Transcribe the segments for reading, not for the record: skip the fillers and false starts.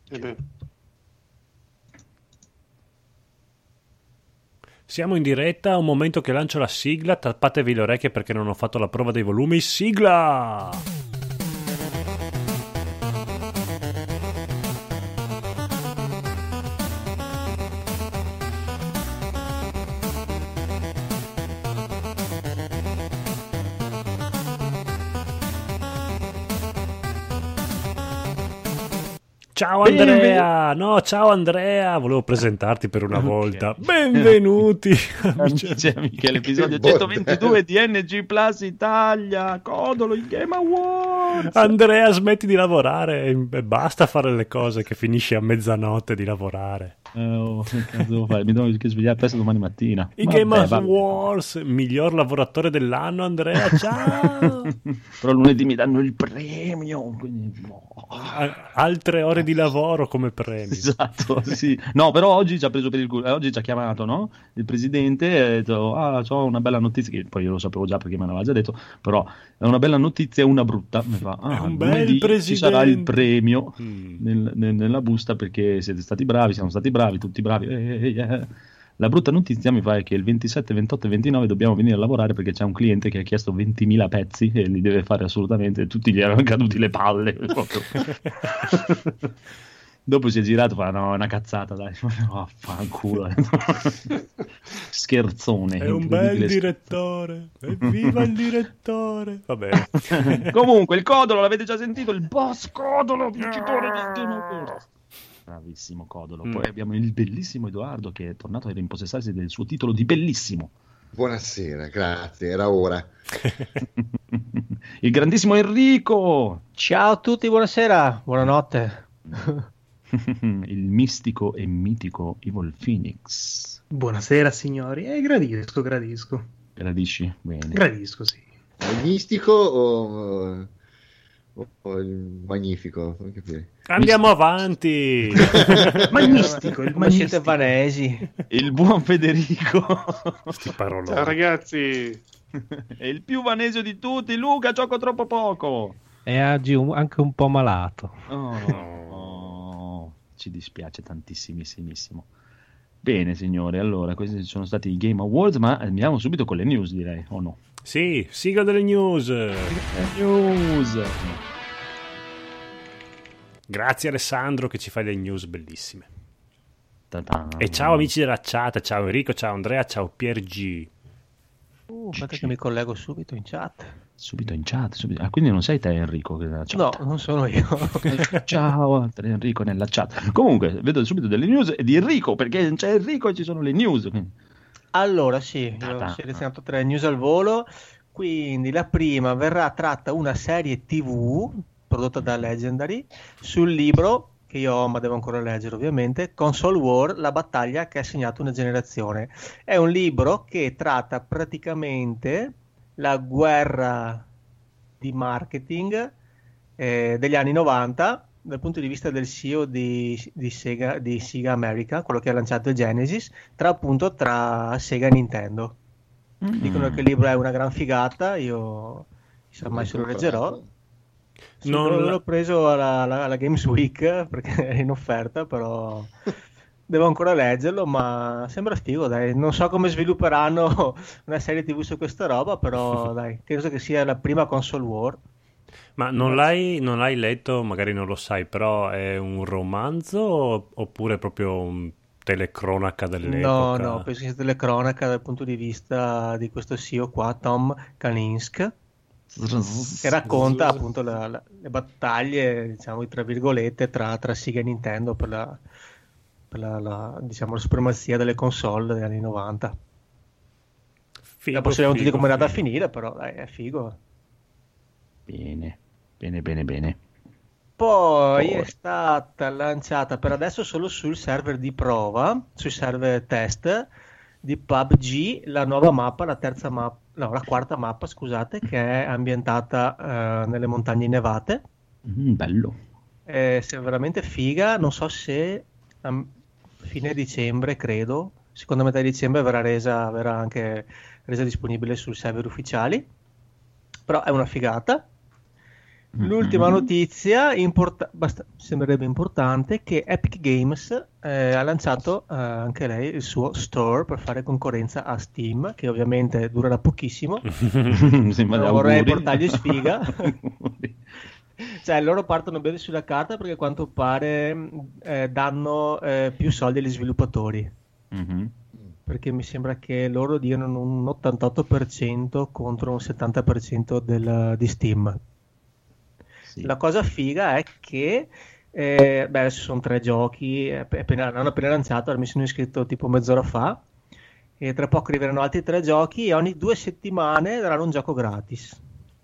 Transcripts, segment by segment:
Siamo in diretta, un momento che lancio la sigla, tappatevi le orecchie perché non ho fatto la prova dei volumi. Sigla! Ciao Andrea! No, ciao Andrea! Volevo presentarti per una volta. Benvenuti! Amici e amiche, l'episodio 122 di NG Plus Italia, Codolo, il Game Awards! Andrea, smetti di lavorare e basta fare le cose che finisci a mezzanotte di lavorare. Che cazzo devo fare? Mi devo svegliare presto domani mattina. I Game Awards, miglior lavoratore dell'anno, Andrea, ciao! Però lunedì mi danno il premio, quindi altre ore di lavoro come premio. Esatto, sì. No, però oggi ci ha preso per il culo, oggi ci ha chiamato, no? Il presidente e ha detto, c'ho una bella notizia, che poi io lo sapevo già perché me l'aveva già detto, però è una bella notizia e una brutta. Mi fa, è un bel presidente. Ci sarà il premio nella busta perché siete stati bravi, siamo stati bravi, tutti bravi. La brutta notizia mi fa è che il 27, 28 e 29 dobbiamo venire a lavorare perché c'è un cliente che ha chiesto 20.000 pezzi e li deve fare assolutamente, tutti gli erano caduti le palle. Dopo si è girato e fa, no, è una cazzata, dai. Fanculo. Scherzone. È un bel direttore. Evviva il direttore. Va bene. Comunque, il Codolo, l'avete già sentito? Il boss Codolo, vincitore del Game Awards. Bravissimo Codolo. Poi abbiamo il bellissimo Edoardo che è tornato a rimpossessarsi del suo titolo di bellissimo. Buonasera, grazie, era ora. Il grandissimo Enrico. Ciao a tutti, buonasera, buonanotte. Il mistico e mitico Evil Phoenix. Buonasera signori, gradisco. Gradisci? Bene. Gradisco, sì. Il mistico o il magnifico? Non capire. Andiamo avanti. Magnifico, il Come siete vanesi. Il buon Federico. Ciao ragazzi. È il più vanesio di tutti. Luca, gioco troppo poco. E oggi anche un po' malato. Ci dispiace tantissimissimo. Bene signore, allora questi sono stati i Game Awards, ma andiamo subito con le news, direi, o no? Sì, sigla delle news. Grazie Alessandro che ci fai le news bellissime. Ta-da. E ciao amici della chat, ciao Enrico, ciao Andrea, ciao Pier G. Aspetta che mi collego subito in chat. Subito. Ah, quindi non sei te Enrico che nella chat? No, non sono io. Ciao Enrico nella chat. Comunque vedo subito delle news di Enrico perché c'è Enrico e ci sono le news. Allora sì, io ho selezionato 3 news al volo. Quindi la prima, verrà tratta una serie TV prodotta da Legendary sul libro che io ho ma devo ancora leggere ovviamente, Console War, la battaglia che ha segnato una generazione. È un libro che tratta praticamente la guerra di marketing degli anni 90 dal punto di vista del CEO di Sega America, quello che ha lanciato il Genesis, tra Sega e Nintendo. Dicono che il libro è una gran figata, io chissà mai se lo leggerò. Non l'ho preso alla Games Week perché è in offerta, però devo ancora leggerlo, ma sembra figo, dai. Non so come svilupperanno una serie TV su questa roba, però dai, penso che sia la prima Console War. Ma non l'hai letto, magari non lo sai, però è un romanzo oppure proprio un telecronaca dell'epoca? No, penso sia telecronaca dal punto di vista di questo CEO qua, Tom Kalinsk, che racconta appunto le battaglie, diciamo, tra virgolette, tra Sega e Nintendo per la diciamo, la supremazia delle console degli anni 90. Dopo sappiamo tutti come è andata a finire, però dai, è figo. Bene. Poi è stata lanciata per adesso solo sul server di prova, sui server test di PUBG, la nuova mappa, la quarta mappa, scusate, che è ambientata nelle montagne innevate. Bello. È veramente figa, non so se a fine dicembre, credo, seconda metà di dicembre verrà anche resa disponibile sul server ufficiali, però è una figata. L'ultima notizia sembrerebbe importante, che Epic Games ha lanciato anche lei il suo store per fare concorrenza a Steam, che ovviamente durerà pochissimo. Non vorrei portargli sfiga. Cioè loro partono bene sulla carta perché a quanto pare danno più soldi agli sviluppatori. Perché mi sembra che loro diano un 88% contro un 70% di Steam. Sì. La cosa figa è che adesso sono 3 giochi, hanno appena lanciato, mi sono iscritto tipo mezz'ora fa, e tra poco arriveranno altri 3 giochi e ogni 2 settimane daranno un gioco gratis.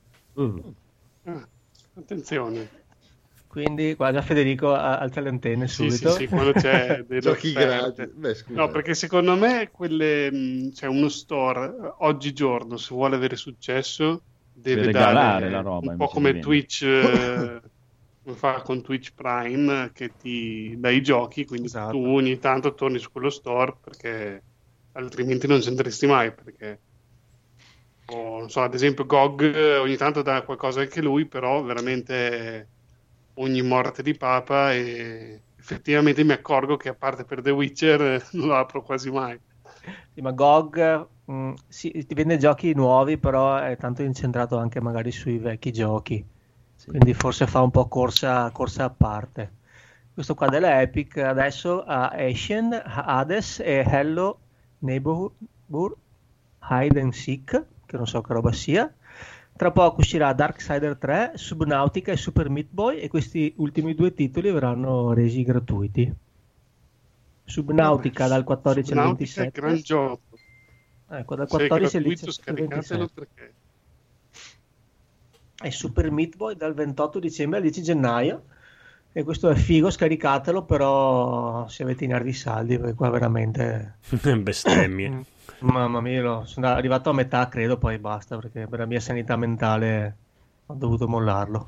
Attenzione. Quindi qua già Federico alza le antenne subito. Sì, quando c'è dei giochi gratis. No, perché secondo me c'è uno store oggigiorno, se vuole avere successo, deve regalare la roba, un po' come Twitch fa con Twitch Prime, che ti dà i giochi, quindi tu ogni tanto torni su quello store, perché altrimenti non ci andresti mai, perché non so, ad esempio GOG ogni tanto dà qualcosa anche lui, però veramente ogni morte di papa, e effettivamente mi accorgo che a parte per The Witcher non lo apro quasi mai. Sì, ma GOG ti vende giochi nuovi, però è tanto incentrato anche magari sui vecchi giochi, quindi forse fa un po' corsa a parte. Questo qua della Epic adesso ha Ashen, Hades e Hello Neighborhood Hide and Seek, che non so che roba sia. Tra poco uscirà Darksider 3, Subnautica e Super Meat Boy, e questi ultimi 2 titoli verranno resi gratuiti. Subnautica dal 14 al 27. È gran gioco. Ecco, dal 14 al 27. Perché... E Super Meat Boy dal 28 dicembre al 10 gennaio. E questo è figo, scaricatelo, però se avete i nervi saldi, perché qua veramente... bestemmie. Mamma mia, sono arrivato a metà, credo, poi basta, perché per la mia sanità mentale ho dovuto mollarlo.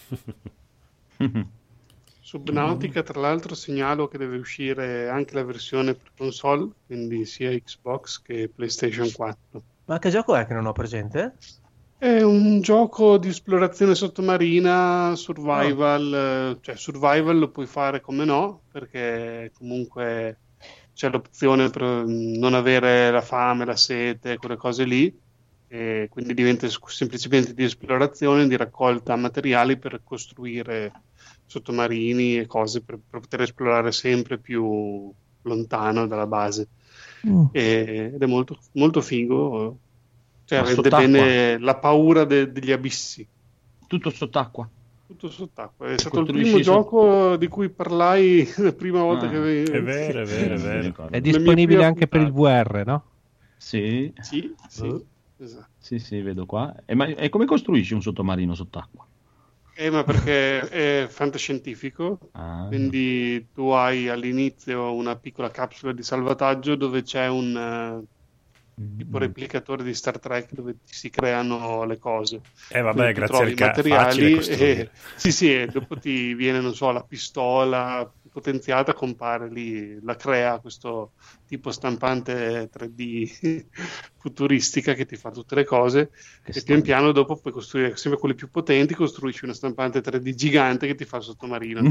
Subnautica, tra l'altro, segnalo che deve uscire anche la versione per console, quindi sia Xbox che PlayStation 4. Ma che gioco è che non ho presente? È un gioco di esplorazione sottomarina, survival, cioè survival lo puoi fare come no, perché comunque c'è l'opzione per non avere la fame, la sete, quelle cose lì, e quindi diventa semplicemente di esplorazione, di raccolta materiali per costruire sottomarini e cose per poter esplorare sempre più lontano dalla base. Ed è molto, molto figo, cioè rende bene la paura degli abissi. Tutto sott'acqua. Tutto sott'acqua. È stato il primo gioco di cui parlai la prima volta che è vero. È disponibile anche per il VR, no? Sì. Esatto. Sì, vedo qua. E come costruisci un sottomarino sott'acqua? Ma perché è fantascientifico, quindi tu hai all'inizio una piccola capsula di salvataggio dove c'è un tipo replicatore di Star Trek dove si creano le cose. Vabbè, grazie al materiali e dopo ti viene, non so, la pistola potenziata, compare lì, la crea questo tipo stampante 3D futuristica che ti fa tutte le cose, e pian piano dopo puoi costruire sempre quelli più potenti, costruisci una stampante 3D gigante che ti fa il sottomarino.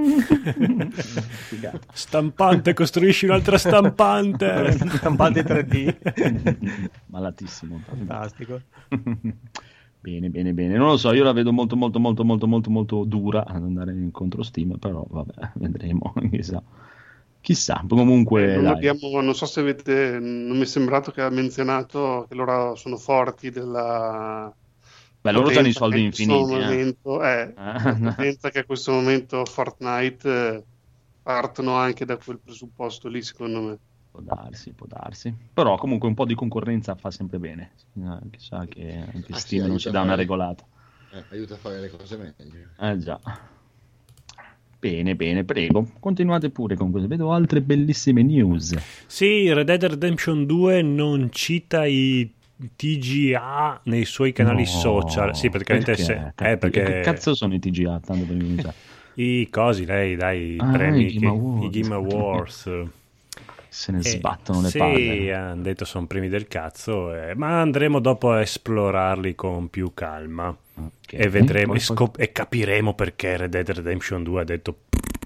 Stampante, costruisci un'altra stampante. Stampante 3D. Malatissimo. Fantastico. Bene. Non lo so, io la vedo molto dura ad andare incontro Steam, però vabbè, vedremo, chissà. Comunque non so se avete, non mi è sembrato che ha menzionato che loro sono forti della... Beh, loro hanno i soldi infiniti. Pensa che a questo momento Fortnite partono anche da quel presupposto lì, secondo me. Può darsi. Però comunque un po' di concorrenza fa sempre bene. Chissà che anche Steam non ci dà una regolata. Aiuta a fare le cose meglio. Già. Bene, prego. Continuate pure con questo. Vedo altre bellissime news. Sì, Red Dead Redemption 2 non cita i TGA nei suoi canali social. Sì, praticamente perché che cazzo sono i TGA? Tanto per cominciare. I cosi, i premi, i Game Awards. Se ne sbattono le sì, palle. Sì, hanno detto sono primi del cazzo, ma andremo dopo a esplorarli con più calma. E vedremo e capiremo perché Red Dead Redemption 2 ha detto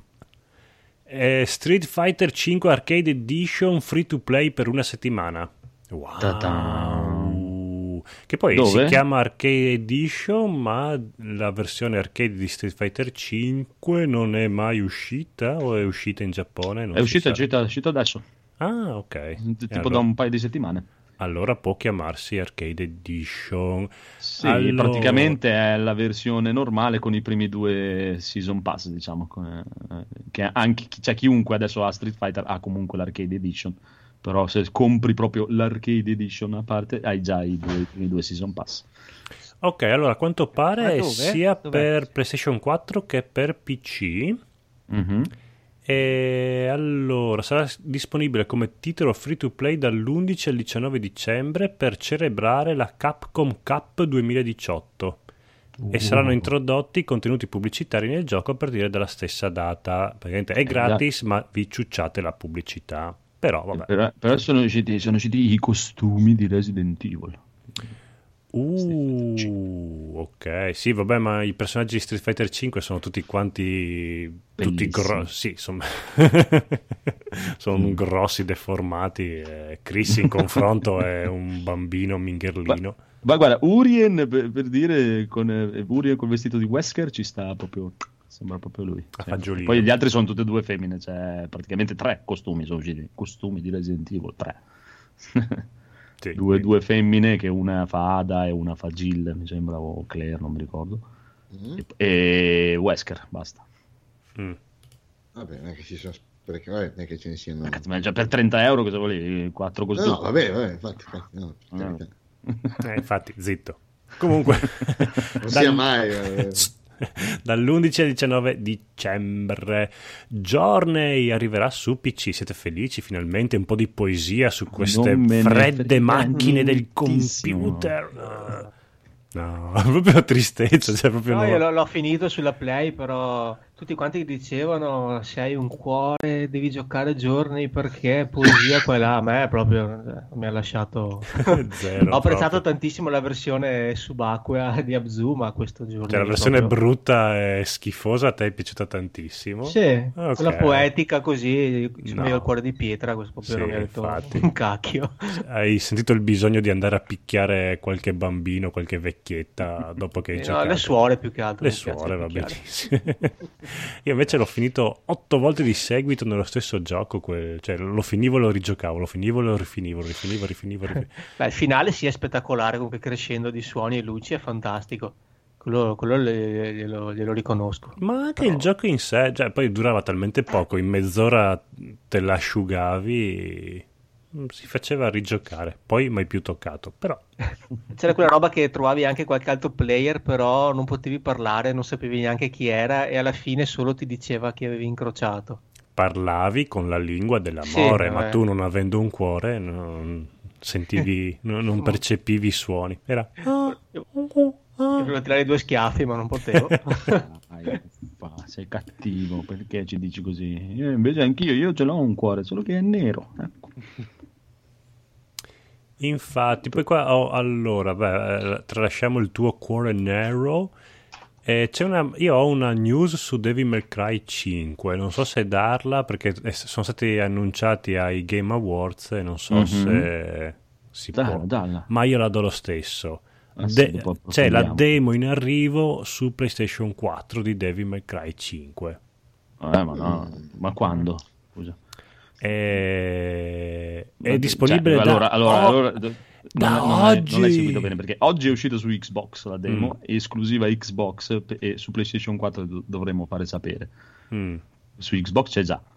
Street Fighter 5 Arcade Edition free to play per una settimana. Wow. Ta-ta. Che poi Dove? si chiama Arcade Edition, ma la versione arcade di Street Fighter 5 non è mai uscita o è uscita in Giappone? Non È si sa. uscito adesso. Ah, ok. Tipo da un paio di settimane. Allora può chiamarsi Arcade Edition. Sì, allora... praticamente è la versione normale con i primi 2 Season Pass, diciamo. Che anche chiunque adesso ha Street Fighter ha comunque l'Arcade Edition. Però se compri proprio l'Arcade Edition a parte, hai già i primi 2 Season Pass. Ok, allora a quanto pare sia Dov'è? per PlayStation 4 che per PC. Mm-hmm. E allora sarà disponibile come titolo free to play dall'11 al 19 dicembre per celebrare la Capcom Cup 2018 e saranno introdotti contenuti pubblicitari nel gioco a partire dalla stessa data. Praticamente è gratis, ma vi ciucciate la pubblicità. Però vabbè. Però sono usciti i costumi di Resident Evil. Ok, sì, vabbè, ma i personaggi di Street Fighter 5 sono tutti quanti tutti grossi, sì, sono grossi, deformati. Chris in confronto è un bambino mingherlino. Ma guarda, Urien per dire con Urien col vestito di Wesker ci sta proprio, sembra proprio lui. Fagiolino. Poi gli altri sono tutte e 2 femmine, cioè praticamente 3 costumi sono usciti, costumi di Resident Evil 3. Sì. Due femmine, che una fa Ada e una fa Jill, mi sembra, o Claire, non mi ricordo. E Wesker, basta. Vabbè, non è che ci sono perché non è che ce ne siano. Cazzo, ma già per 30 euro cosa volevi? 4 costumi? No, vabbè, infatti no. Infatti, zitto. Comunque, non sia mai. Dall'11 al 19 dicembre Journey arriverà su PC. Siete felici? Finalmente un po' di poesia su queste fredde macchine del computer. No, proprio tristezza, cioè proprio no, io l'ho finito sulla Play, però tutti quanti dicevano se hai un cuore devi giocare Journey perché poesia qua e là. A me proprio mi ha lasciato zero. Ho apprezzato tantissimo la versione subacquea di Abzu, ma questo Journey cioè la versione proprio... brutta e schifosa a te è piaciuta tantissimo? Sì, okay. Quella poetica così, no. Io il cuore di pietra, questo proprio sì, non mi ha detto infatti. un cacchio. Hai sentito il bisogno di andare a picchiare qualche bambino, qualche vecchietta dopo che hai giocato? No, le suore più che altro. Le suore, va benissimo. Io invece l'ho finito 8 volte di seguito nello stesso gioco, cioè lo finivo e lo rigiocavo, lo finivo e lo rifinivo. Beh, il finale sì è spettacolare, comunque crescendo di suoni e luci è fantastico. Quello glielo riconosco. Ma anche il gioco in sé, cioè, poi durava talmente poco, in mezz'ora te l'asciugavi, si faceva rigiocare, poi mai più toccato, però c'era quella roba che trovavi anche qualche altro player, però non potevi parlare, non sapevi neanche chi era e alla fine solo ti diceva chi avevi incrociato. Parlavi con la lingua dell'amore, ma tu non avendo un cuore non sentivi, non percepivi i suoni, era Io volevo tirare 2 schiaffi ma non potevo. Sei cattivo, perché ci dici così? Io invece io ce l'ho un cuore, solo che è nero, ecco. Infatti, poi qua allora, tralasciamo il tuo cuore nero. Io ho una news su Devil May Cry 5, non so se darla perché sono stati annunciati ai Game Awards e non so se si può, ma io la do lo stesso. C'è la demo in arrivo su PlayStation 4 di Devil May Cry 5. Ma quando? Scusa. È disponibile da oggi. Non l'hai seguito bene perché oggi è uscito su Xbox la demo, esclusiva Xbox, e su PlayStation 4 dovremmo fare sapere. Su Xbox c'è già.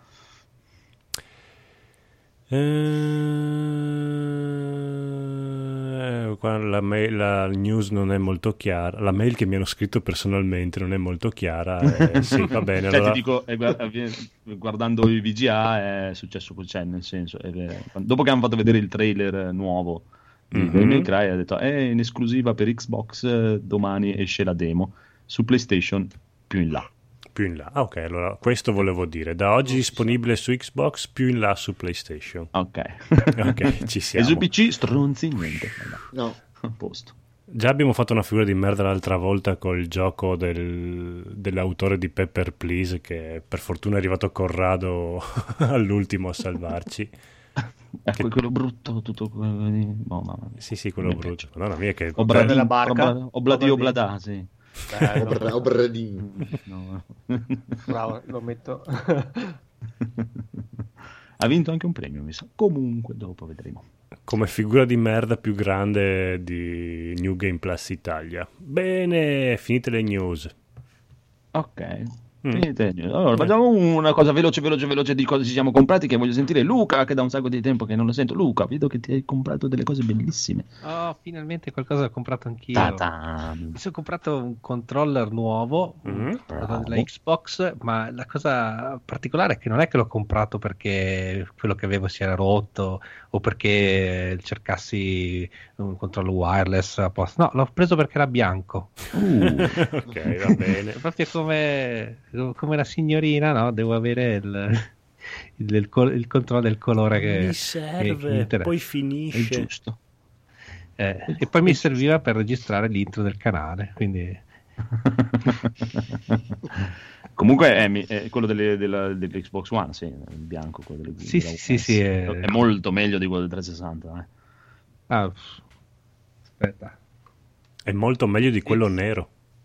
La news non è molto chiara, la mail che mi hanno scritto personalmente non è molto chiara. Sì, va bene. Allora... Ti dico, guardando i VGA è successo, cioè, nel senso, dopo che hanno fatto vedere il trailer nuovo di Devil May Cry, ha detto è in esclusiva per Xbox, domani esce la demo, su PlayStation più in là. Più in là. Ok, allora questo volevo dire. Da oggi disponibile su Xbox, più in là su PlayStation. Ok. Ok, ci siamo. E su PC stronzi niente. No. A posto. Già abbiamo fatto una figura di merda l'altra volta col gioco dell'autore di Pepper Please, che per fortuna è arrivato Corrado all'ultimo a salvarci. Ecco, quello brutto, tutto quello di... Oh, mamma mia. Sì, quello brutto. Madonna mia, che... della barca. Obladà, sì. Obradin. No. Bravo, lo metto. Ha vinto anche un premio, mi sa. Comunque, dopo vedremo. Come figura di merda più grande di New Game Plus Italia. Bene, finite le news. Ok. Allora, facciamo una cosa veloce di cosa ci siamo comprati, che voglio sentire Luca, che da un sacco di tempo che non lo sento. Luca, vedo che ti hai comprato delle cose bellissime. Oh, finalmente qualcosa ho comprato anch'io. Ta-tam. Mi sono comprato un controller nuovo della Xbox, ma la cosa particolare è che non è che l'ho comprato perché quello che avevo si era rotto o perché cercassi un controllo wireless apposta. No, l'ho preso perché era bianco. Ok, va bene. Proprio come la signorina, no? Devo avere il controllo del colore che mi serve, che poi È finisce. giusto. e poi mi serviva per registrare l'intro del canale, quindi Comunque è quello dell'Xbox One, sì, il bianco, quello della sì, è molto meglio di quello del 360. Aspetta. È molto meglio di quello nero.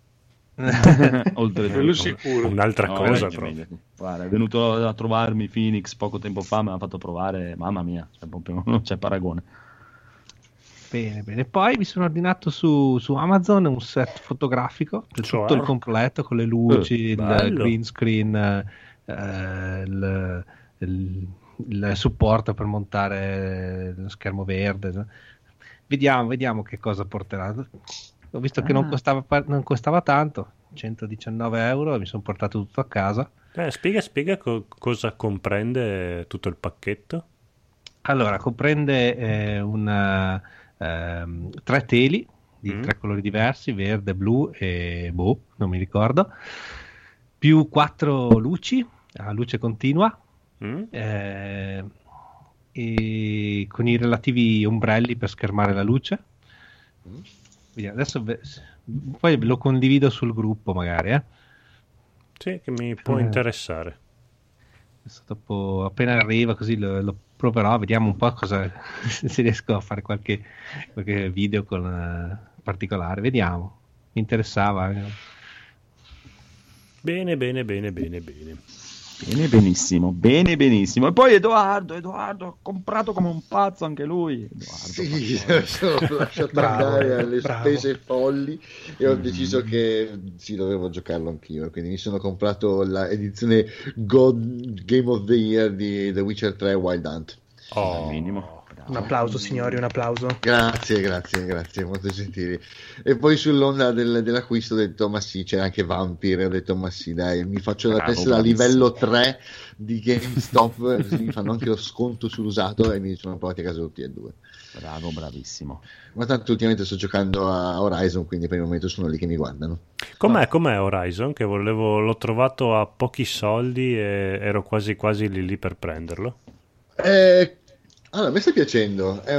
Oltre Quello sicuro. Un'altra cosa meglio, proprio. meglio. Guarda, è venuto a trovarmi Phoenix poco tempo fa, me l'ha fatto provare, mamma mia, proprio non c'è paragone. Bene. Poi mi sono ordinato su Amazon un set fotografico, tutto il completo con le luci, il bello. green screen, il supporto per montare lo schermo verde. Vediamo che cosa porterà. Ho visto che non costava tanto, 119 euro, mi sono portato tutto a casa. Spiega cosa comprende tutto il pacchetto. Allora, comprende 3 teli di 3 colori diversi, verde, blu e non mi ricordo, più 4 luci a luce continua, e con i relativi ombrelli per schermare la luce. Vediamo, adesso poi lo condivido sul gruppo magari. Sì, che mi può interessare. Adesso dopo, appena arriva così lo proverò, vediamo un po' cosa se riesco a fare qualche video con particolare, vediamo, mi interessava. Bene. Benissimo. E poi Edoardo ha comprato come un pazzo anche lui. Edoardo, Sì, sono lasciato andare alle spese folli e ho deciso che sì, dovevo giocarlo anch'io, quindi mi sono comprato l'edizione God Game of the Year di The Witcher 3 Wild Hunt. al minimo. Un applauso, signori, un applauso. Grazie, molto gentili. E poi sull'onda dell'acquisto ho detto, ma sì, c'era anche Vampire, ho detto, ma sì, dai, mi faccio la tessera a livello 3 di GameStop, così mi fanno anche lo sconto sull'usato e mi sono provati a casa tutti e due. Bravo, bravissimo. Ma tanto ultimamente sto giocando a Horizon, quindi per il momento sono lì che mi guardano. Com'è Horizon? Che l'ho trovato a pochi soldi e ero quasi lì per prenderlo. Allora, mi sta piacendo, è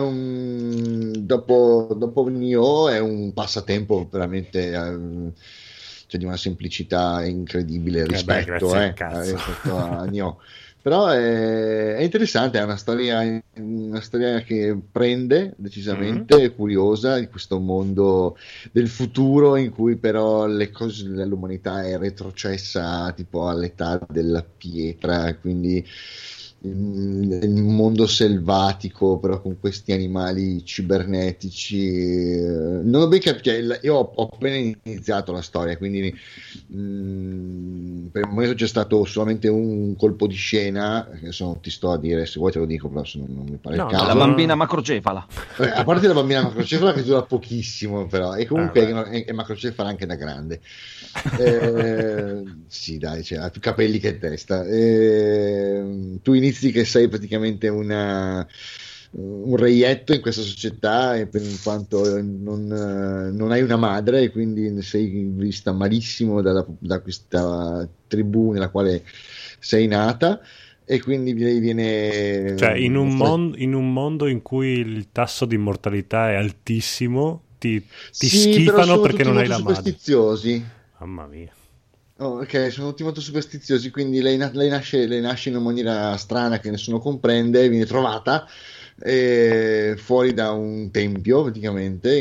dopo Nioh è un passatempo veramente cioè di una semplicità incredibile rispetto a Nioh. Però è interessante, è una storia che prende decisamente, è curiosa, di questo mondo del futuro in cui però l'umanità è retrocessa tipo all'età della pietra, quindi nel mondo selvatico, però con questi animali cibernetici. Non ho ben capito, io ho appena iniziato la storia, quindi per il momento c'è stato solamente un colpo di scena, che non ti sto a dire, se vuoi te lo dico, però non mi pare il caso. La bambina macrocefala. A parte la bambina macrocefala che dura pochissimo, però, e comunque è macrocefala anche da grande. Sì, dai, ha più capelli che testa. Tu inizi che sei praticamente una un reietto in questa società, in quanto non hai una madre e quindi sei vista malissimo da questa tribù nella quale sei nata, e quindi viene cioè in un mondo in cui il tasso di mortalità è altissimo, ti schifano perché non hai la madre. Superstiziosi. Mamma mia. Oh, ok, sono tutti molto superstiziosi, quindi lei nasce in una maniera strana che nessuno comprende, viene trovata fuori da un tempio, praticamente,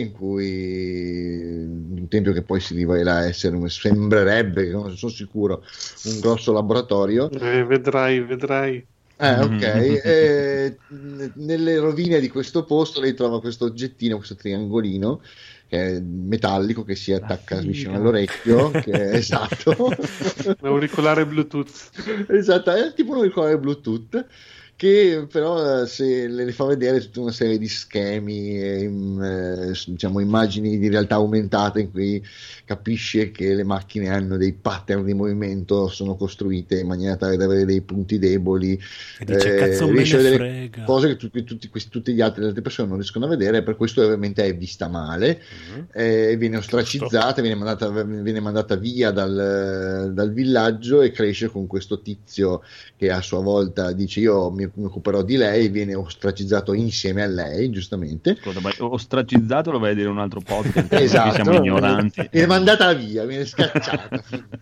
un tempio che poi si rivela essere, sembrerebbe, non sono sicuro, un grosso laboratorio. Vedrai. Ok. Nelle rovine di questo posto lei trova questo oggettino, questo triangolino che è metallico, che si attacca vicino all'orecchio, che è esatto, un auricolare Bluetooth. Esatto, è tipo un auricolare Bluetooth, che però se le fa vedere tutta una serie di schemi diciamo immagini di realtà aumentata in cui capisce che le macchine hanno dei pattern di movimento, sono costruite in maniera tale da avere dei punti deboli, e dice cazzo me ne frega, cose che tutte le altre persone non riescono a vedere, per questo ovviamente è vista male, viene ostracizzata, viene mandata via dal villaggio e cresce con questo tizio che a sua volta dice io mi occuperò di lei, viene ostracizzato insieme a lei, giustamente. Scusa, ma ostracizzato lo vai a dire in un altro podcast, esatto, siamo ignoranti. Viene mandata via, viene scacciata.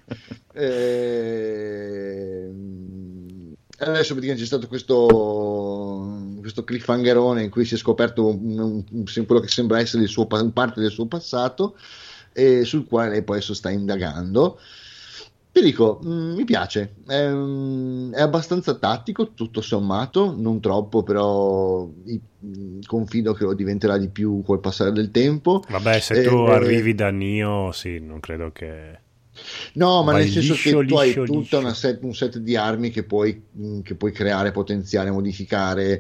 Adesso praticamente c'è stato questo cliffhangerone in cui si è scoperto quello che sembra essere parte del suo passato, e sul quale lei poi adesso sta indagando. Ti dico, mi piace, è abbastanza tattico tutto sommato, non troppo, però confido che lo diventerà di più col passare del tempo. Vabbè, se tu arrivi da Nioh, sì, non credo che... No, ma nel senso che tu hai tutto un set di armi che puoi creare, potenziare, modificare,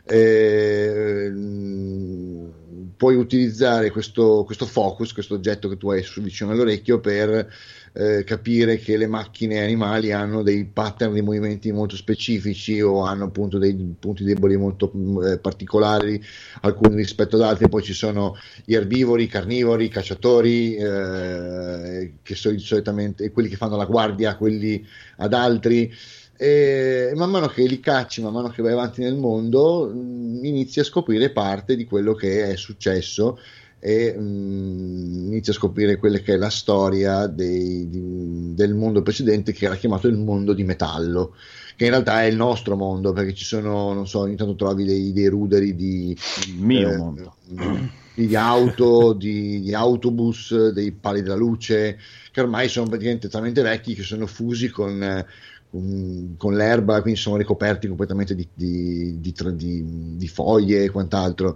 puoi utilizzare questo focus, questo oggetto che tu hai vicino all'orecchio per capire che le macchine animali hanno dei pattern di movimenti molto specifici, o hanno appunto dei punti deboli molto particolari, alcuni rispetto ad altri. Poi ci sono gli erbivori, i carnivori, i cacciatori, che solitamente quelli che fanno la guardia, quelli ad altri. E man mano che li cacci, man mano che vai avanti nel mondo, inizi a scoprire parte di quello che è successo, e inizi a scoprire quella che è la storia del mondo precedente, che era chiamato il mondo di metallo, che in realtà è il nostro mondo, perché ci sono, non so, ogni tanto trovi dei ruderi di mio mondo, di auto, di autobus, dei pali della luce, che ormai sono praticamente talmente vecchi che sono fusi con l'erba, quindi sono ricoperti completamente di foglie e quant'altro.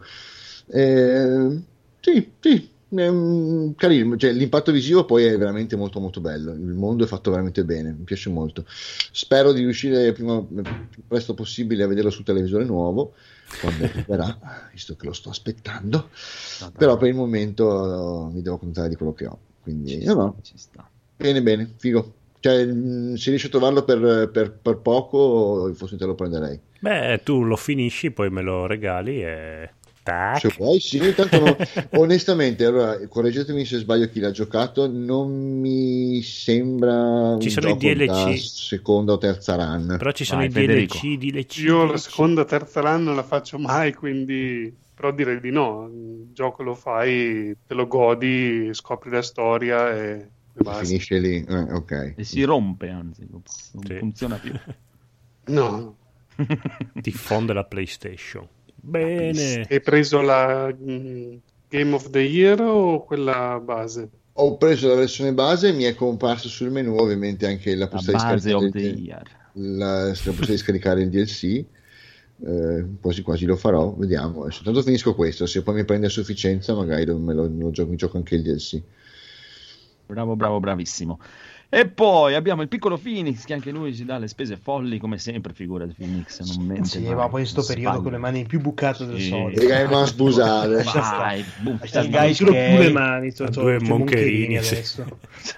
Sì, carino, cioè, l'impatto visivo poi è veramente molto molto bello, il mondo è fatto veramente bene, mi piace molto. Spero di riuscire più presto possibile a vederlo sul televisore nuovo, quando arriverà, visto che lo sto aspettando. Però per il momento mi devo contare di quello che ho, quindi ci sta. Bene, figo. Cioè, se riesci a trovarlo per poco, forse te lo prenderei. Beh, tu lo finisci, poi me lo regali e... Tac. Se vuoi, sì, intanto onestamente, allora, correggetemi se sbaglio, chi l'ha giocato, non mi sembra ci un sono gioco i DLC da seconda o terza run. Però ci sono i DLC. Io la seconda o terza run non la faccio mai, quindi però direi di no. Il gioco lo fai, te lo godi, scopri la storia e finisce lì, ok. E si rompe, anzi, non funziona più. No. Ti fonde la PlayStation. Bene. Hai preso la Game of the Year o quella base? Ho preso la versione base, mi è comparso sul menu ovviamente anche la possibilità di scaricare il DLC. Quasi quasi lo farò, vediamo. Tanto finisco questo, se poi mi prende a sufficienza magari mi gioco anche il DLC. Bravo, bravissimo. E poi abbiamo il piccolo Phoenix, che anche lui si dà le spese folli come sempre, figura di Phoenix, non mente. Sì, ma poi in sto periodo con le mani più bucate del solito. E non sbusare. Il guy pure le mani, due moncherini adesso.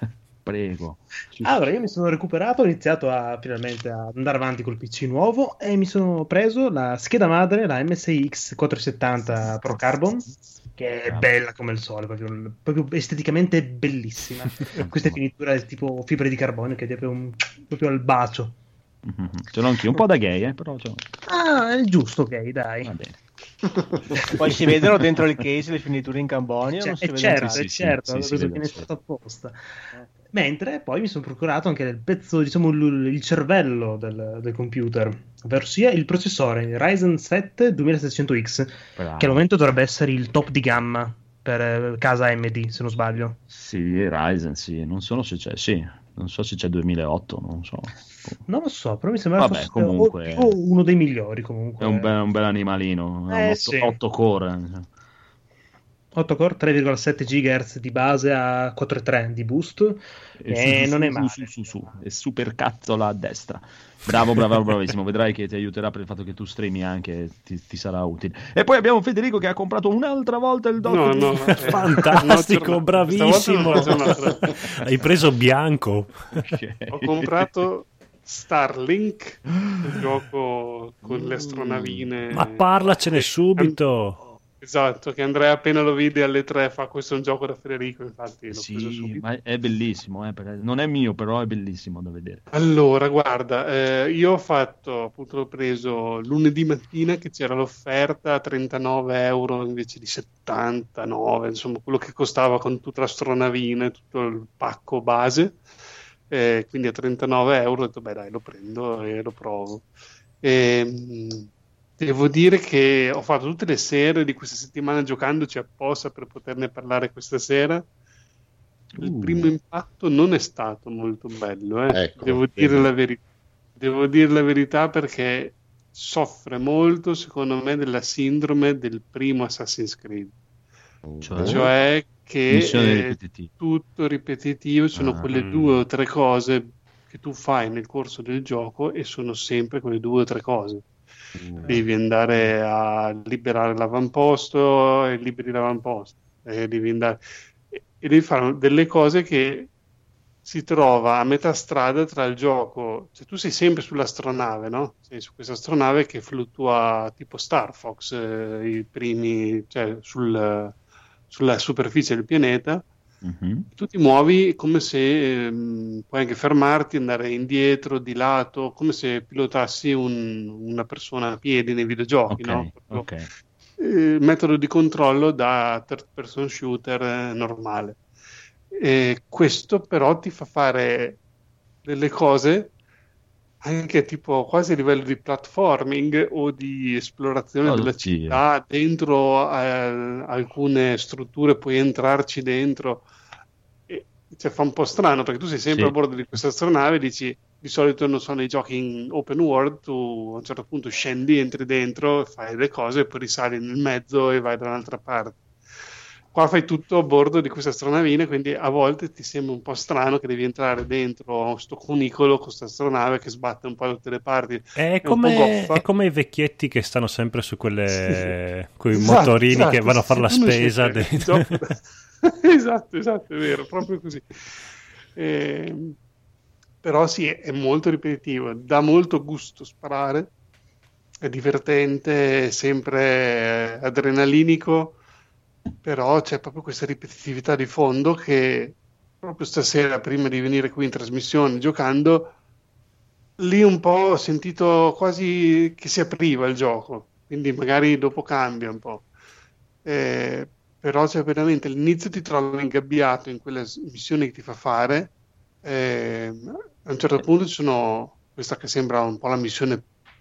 prego. Allora, io mi sono recuperato, ho iniziato finalmente ad andare avanti col PC nuovo e mi sono preso la scheda madre, la MSI X470 Pro Carbon, che è bella come il sole, proprio esteticamente bellissima. Queste finiture tipo fibre di carbonio che è proprio al bacio. Ce l'ho anch'io, un po' da gay, però è giusto gay, dai. Va bene. Poi si vedono dentro il case le finiture in carbonio, non si certo, vede certo, viene fatto apposta. Mentre poi mi sono procurato anche il pezzo, diciamo il cervello del computer, ovvero sia il processore Ryzen 7 2700X, Bravo. che al momento dovrebbe essere il top di gamma per casa AMD, se non sbaglio. Sì, Ryzen, sì, non so se c'è 2008, non so. Non lo so, però mi sembra fosse comunque uno dei migliori comunque. È un bel animalino, sì. 8 core. 8 core, 3,7 GHz di base a 4,3 di boost e non è male. E super cazzola a destra. Bravo, bravissimo. Vedrai che ti aiuterà per il fatto che tu streami anche, ti sarà utile. E poi abbiamo Federico che ha comprato un'altra volta il dock. No, fantastico, bravissimo. Hai preso bianco. Okay. Ho comprato Starlink, il gioco con le astronavine. Ma parlacene subito. Esatto, che Andrea appena lo vide alle 3 fa questo è un gioco da Federico, infatti l'ho preso subito. Ma è bellissimo, non è mio, però è bellissimo da vedere. Allora, guarda, io l'ho preso lunedì mattina che c'era l'offerta a 39 euro invece di 79, insomma quello che costava con tutta l'astronavina e tutto il pacco base, quindi a 39 euro ho detto beh dai lo prendo e lo provo. Devo dire che ho fatto tutte le sere di questa settimana giocandoci apposta per poterne parlare questa sera. Il primo impatto non è stato molto bello, Ecco, devo dire la verità perché soffre molto, secondo me, della sindrome del primo Assassin's Creed. Cioè che è tutto ripetitivo, sono quelle 2 o 3 cose che tu fai nel corso del gioco e sono sempre quelle 2 o 3 cose. Devi andare a liberare l'avamposto e liberi l'avamposto e devi fare delle cose che si trova a metà strada tra il gioco, cioè tu sei sempre sull'astronave, no? Sei su questa astronave che fluttua tipo Star Fox, i primi, cioè sulla superficie del pianeta. Tu ti muovi come se puoi anche fermarti, andare indietro, di lato, come se pilotassi una persona a piedi nei videogiochi, no? Metodo di controllo da third person shooter normale. E questo però ti fa fare delle cose anche tipo quasi a livello di platforming o di esplorazione della città. Dentro alcune strutture puoi entrarci dentro, cioè fa un po' strano perché tu sei sempre a bordo di questa astronave e dici di solito non so nei giochi in open world tu a un certo punto scendi, entri dentro, fai le cose e poi risali nel mezzo e vai da un'altra parte. Qua fai tutto a bordo di questa astronavina, quindi a volte ti sembra un po' strano che devi entrare dentro sto cunicolo con questa astronave che sbatte un po' da tutte le parti. È come i vecchietti che stanno sempre su quei motorini che vanno a fare la spesa dentro. Esatto, è vero, proprio così. Però sì, è molto ripetitivo, dà molto gusto sparare, è divertente, è sempre adrenalinico, però c'è proprio questa ripetitività di fondo che proprio stasera, prima di venire qui in trasmissione giocando, lì un po' ho sentito quasi che si apriva il gioco, quindi magari dopo cambia un po'. Però c'è veramente all'inizio ti trovi ingabbiato in quelle missioni che ti fa fare, a un certo punto ci sono questa che sembra un po' la missione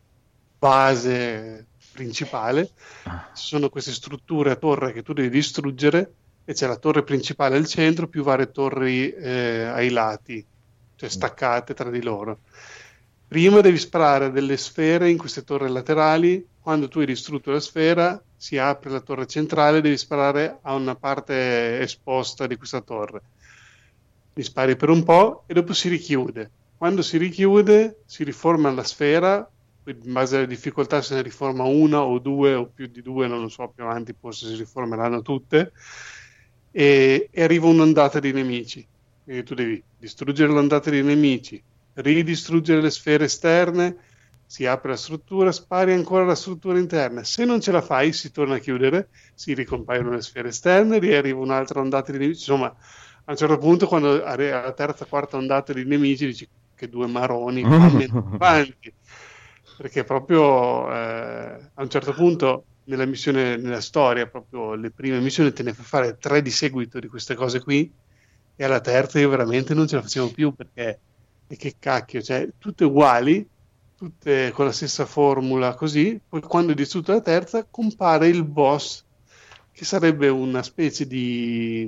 base principale, ci sono queste strutture a torre che tu devi distruggere e c'è la torre principale al centro più varie torri ai lati, cioè staccate tra di loro. Prima devi sparare delle sfere in queste torri laterali, quando tu hai distrutto la sfera si apre la torre centrale, devi sparare a una parte esposta di questa torre. Li spari per un po' e dopo si richiude. Quando si richiude si riforma la sfera, in base alle difficoltà se ne riforma una o due o più di due, non lo so, più avanti forse si riformeranno tutte, e arriva un'ondata di nemici. Quindi tu devi distruggere l'ondata dei nemici, ridistruggere le sfere esterne, si apre la struttura, spari ancora la struttura interna. Se non ce la fai, si torna a chiudere, si ricompaiono le sfere esterne, riarriva un'altra ondata di nemici. Insomma, a un certo punto, quando arriva la terza, quarta ondata di nemici, dici che due maroni, avanti. Perché proprio a un certo punto nella missione, nella storia, proprio le prime missioni te ne fa fare 3 di seguito di queste cose qui, e alla terza io veramente non ce la facevo più, perché e che cacchio, cioè tutte uguali, tutte con la stessa formula così. Poi quando è distrutta la terza compare il boss, che sarebbe una specie di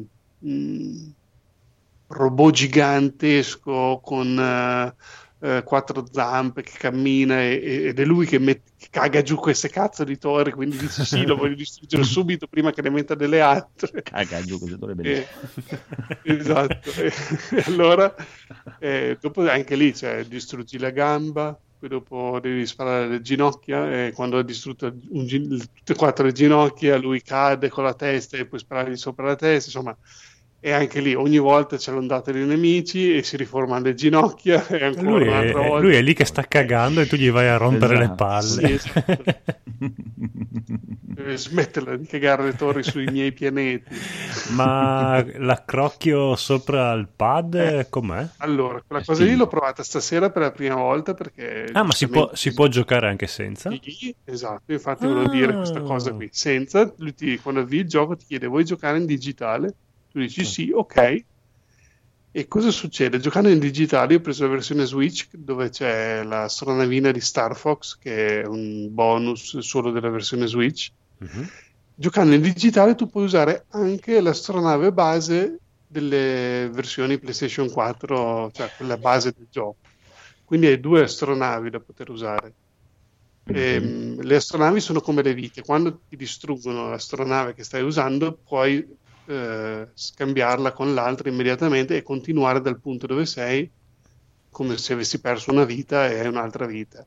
robot gigantesco con 4 zampe, che cammina, ed è lui che caga giù queste cazzo di torri, quindi dice sì, lo voglio distruggere subito prima che ne metta delle altre. Caga giù queste torri, bellissimo. Esatto. E allora dopo anche lì, cioè, distruggi la gamba, poi dopo devi sparare le ginocchia, e quando ha distrutto tutte e 4 le ginocchia, lui cade con la testa e puoi sparargli sopra la testa, insomma. E anche lì ogni volta c'è l'ondata dei nemici e si riformano le ginocchia, e ancora un'altra volta. Lui è lì che sta cagando e tu gli vai a rompere le palle. Sì, esatto. Smetterla di cagare le torri sui miei pianeti. Ma l'accrocchio sopra il pad com'è? Allora, quella cosa lì l'ho provata stasera per la prima volta, perché ma si può giocare anche senza? Sì, esatto, infatti volevo dire questa cosa qui. Senza, lui quando avvii il gioco ti chiede: vuoi giocare in digitale? Tu dici sì, ok. E cosa succede? Giocando in digitale, io ho preso la versione Switch, dove c'è l'astronavina di Star Fox, che è un bonus solo della versione Switch. Giocando in digitale tu puoi usare anche l'astronave base delle versioni PlayStation 4, cioè quella base del gioco. Quindi hai 2 astronavi da poter usare. Le astronavi sono come le vite: quando ti distruggono l'astronave che stai usando, puoi scambiarla con l'altra immediatamente e continuare dal punto dove sei, come se avessi perso una vita e hai un'altra vita.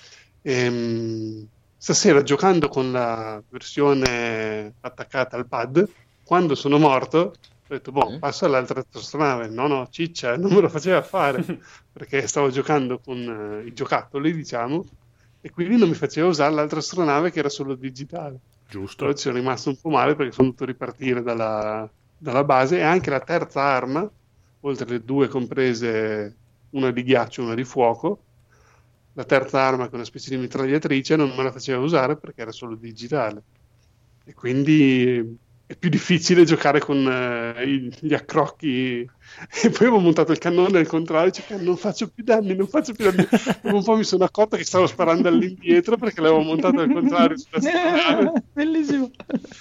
Stasera, giocando con la versione attaccata al pad, quando sono morto ho detto passo all'altra astronave. No, ciccia, non me lo faceva fare perché stavo giocando con i giocattoli, diciamo, e quindi non mi faceva usare l'altra astronave, che era solo digitale. Giusto. Però ci sono rimasto un po' male, perché sono dovuto ripartire dalla base. E anche la terza arma, oltre le 2 comprese, una di ghiaccio e una di fuoco, la terza arma, che è una specie di mitragliatrice, non me la faceva usare perché era solo digitale, e quindi è più difficile giocare con gli accrocchi. E poi avevo montato il cannone al contrario, cioè, non faccio più danni. Dopo un po' mi sono accorto che stavo sparando all'indietro, perché l'avevo montato al contrario sulla strada. Bellissimo.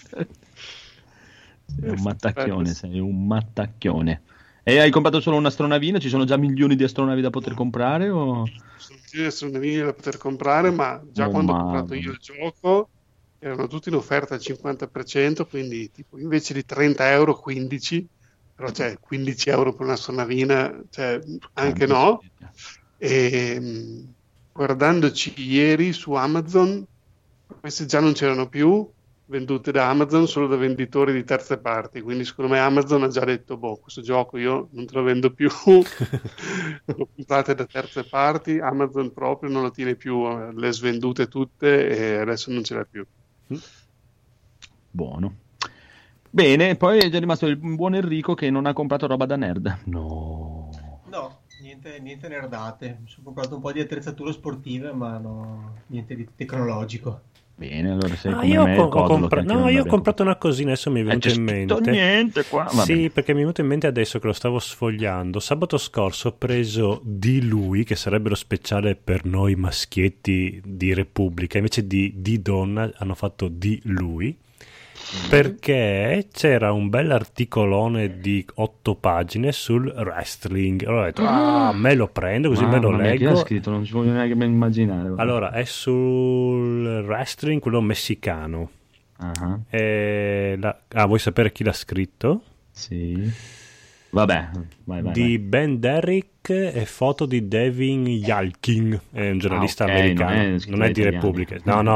Sei un mattacchione, sei un mattacchione. E hai comprato solo un'astronavina? Ci sono già milioni di astronavi da poter comprare? O? Ci sono milioni di astronavine da poter comprare, ma già quando ho comprato io il gioco erano tutti in offerta al 50%, quindi tipo invece di 30 euro 15, però c'è 15 euro per un'astronavina, cioè anche no. E guardandoci ieri su Amazon, queste già non c'erano più, vendute da Amazon, solo da venditori di terze parti, quindi secondo me Amazon ha già detto questo gioco io non te lo vendo più. Lo comprate da terze parti, Amazon proprio non lo tiene più, le ha svendute tutte e adesso non ce l'ha più. Buono. Bene, poi è già rimasto il buon Enrico che non ha comprato roba da nerd. No, niente nerdate. Mi sono comprato un po' di attrezzature sportive, ma niente di tecnologico. Bene, allora sei come me, io ho comprato una cosina, adesso mi è venuto in mente. Niente qua. Sì, perché mi è venuto in mente adesso che lo stavo sfogliando. Sabato scorso ho preso Di Lui, che sarebbe lo speciale per noi maschietti di Repubblica, invece di donna hanno fatto Di Lui, perché c'era un bel articolone di 8 pagine sul wrestling. Allora ho detto me lo prendo, così me lo leggo. Chi l'ha scritto? Non ci voglio neanche immaginare. Allora, è sul wrestling, quello messicano. Uh-huh. Vuoi sapere chi l'ha scritto? Sì. Vabbè, vai. Di Ben Derrick e foto di Devin Yalkin, è un giornalista americano, non è di Repubblica.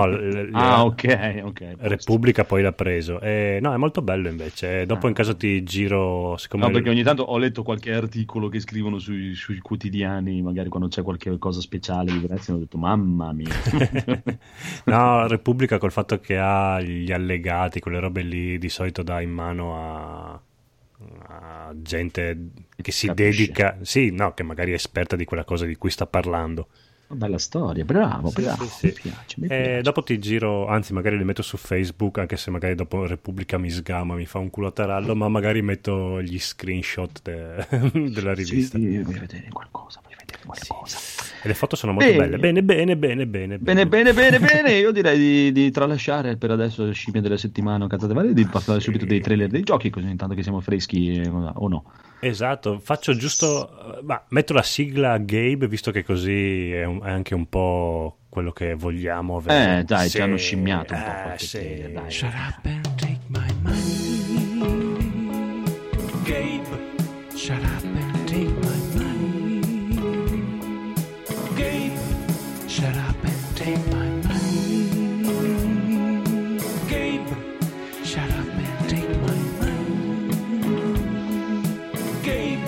Ok. Repubblica poi l'ha preso. No, è molto bello invece. Dopo in caso ti giro. No, perché ogni tanto ho letto qualche articolo che scrivono sui quotidiani, magari quando c'è qualche cosa speciale di Venezia, ho detto mamma mia. No, Repubblica col fatto che ha gli allegati, quelle robe lì, di solito dà in mano a gente che si dedica, che magari è esperta di quella cosa di cui sta parlando. Bella storia, bravo. Sì. Mi piace. Dopo ti giro, anzi magari li metto su Facebook, anche se magari dopo Repubblica mi sgama, mi fa un culo a tarallo, ma magari metto gli screenshot della rivista. Sì, vuoi vedere qualcosa. E le foto sono molto belle. Bene. Io direi di tralasciare per adesso le scimmie della settimana, cazzate varie, di parlare subito dei trailer dei giochi, così intanto che siamo freschi o no. Esatto, faccio giusto, metto la sigla Gabe, visto che così è anche un po' quello che vogliamo avere. Dai, ci hanno scimmiato un po'. Dai. Shut up and take my money. Gabe, shut up and take my money. Gabe, shut up and take my money. Gabe, shut up and take my money. Gabe.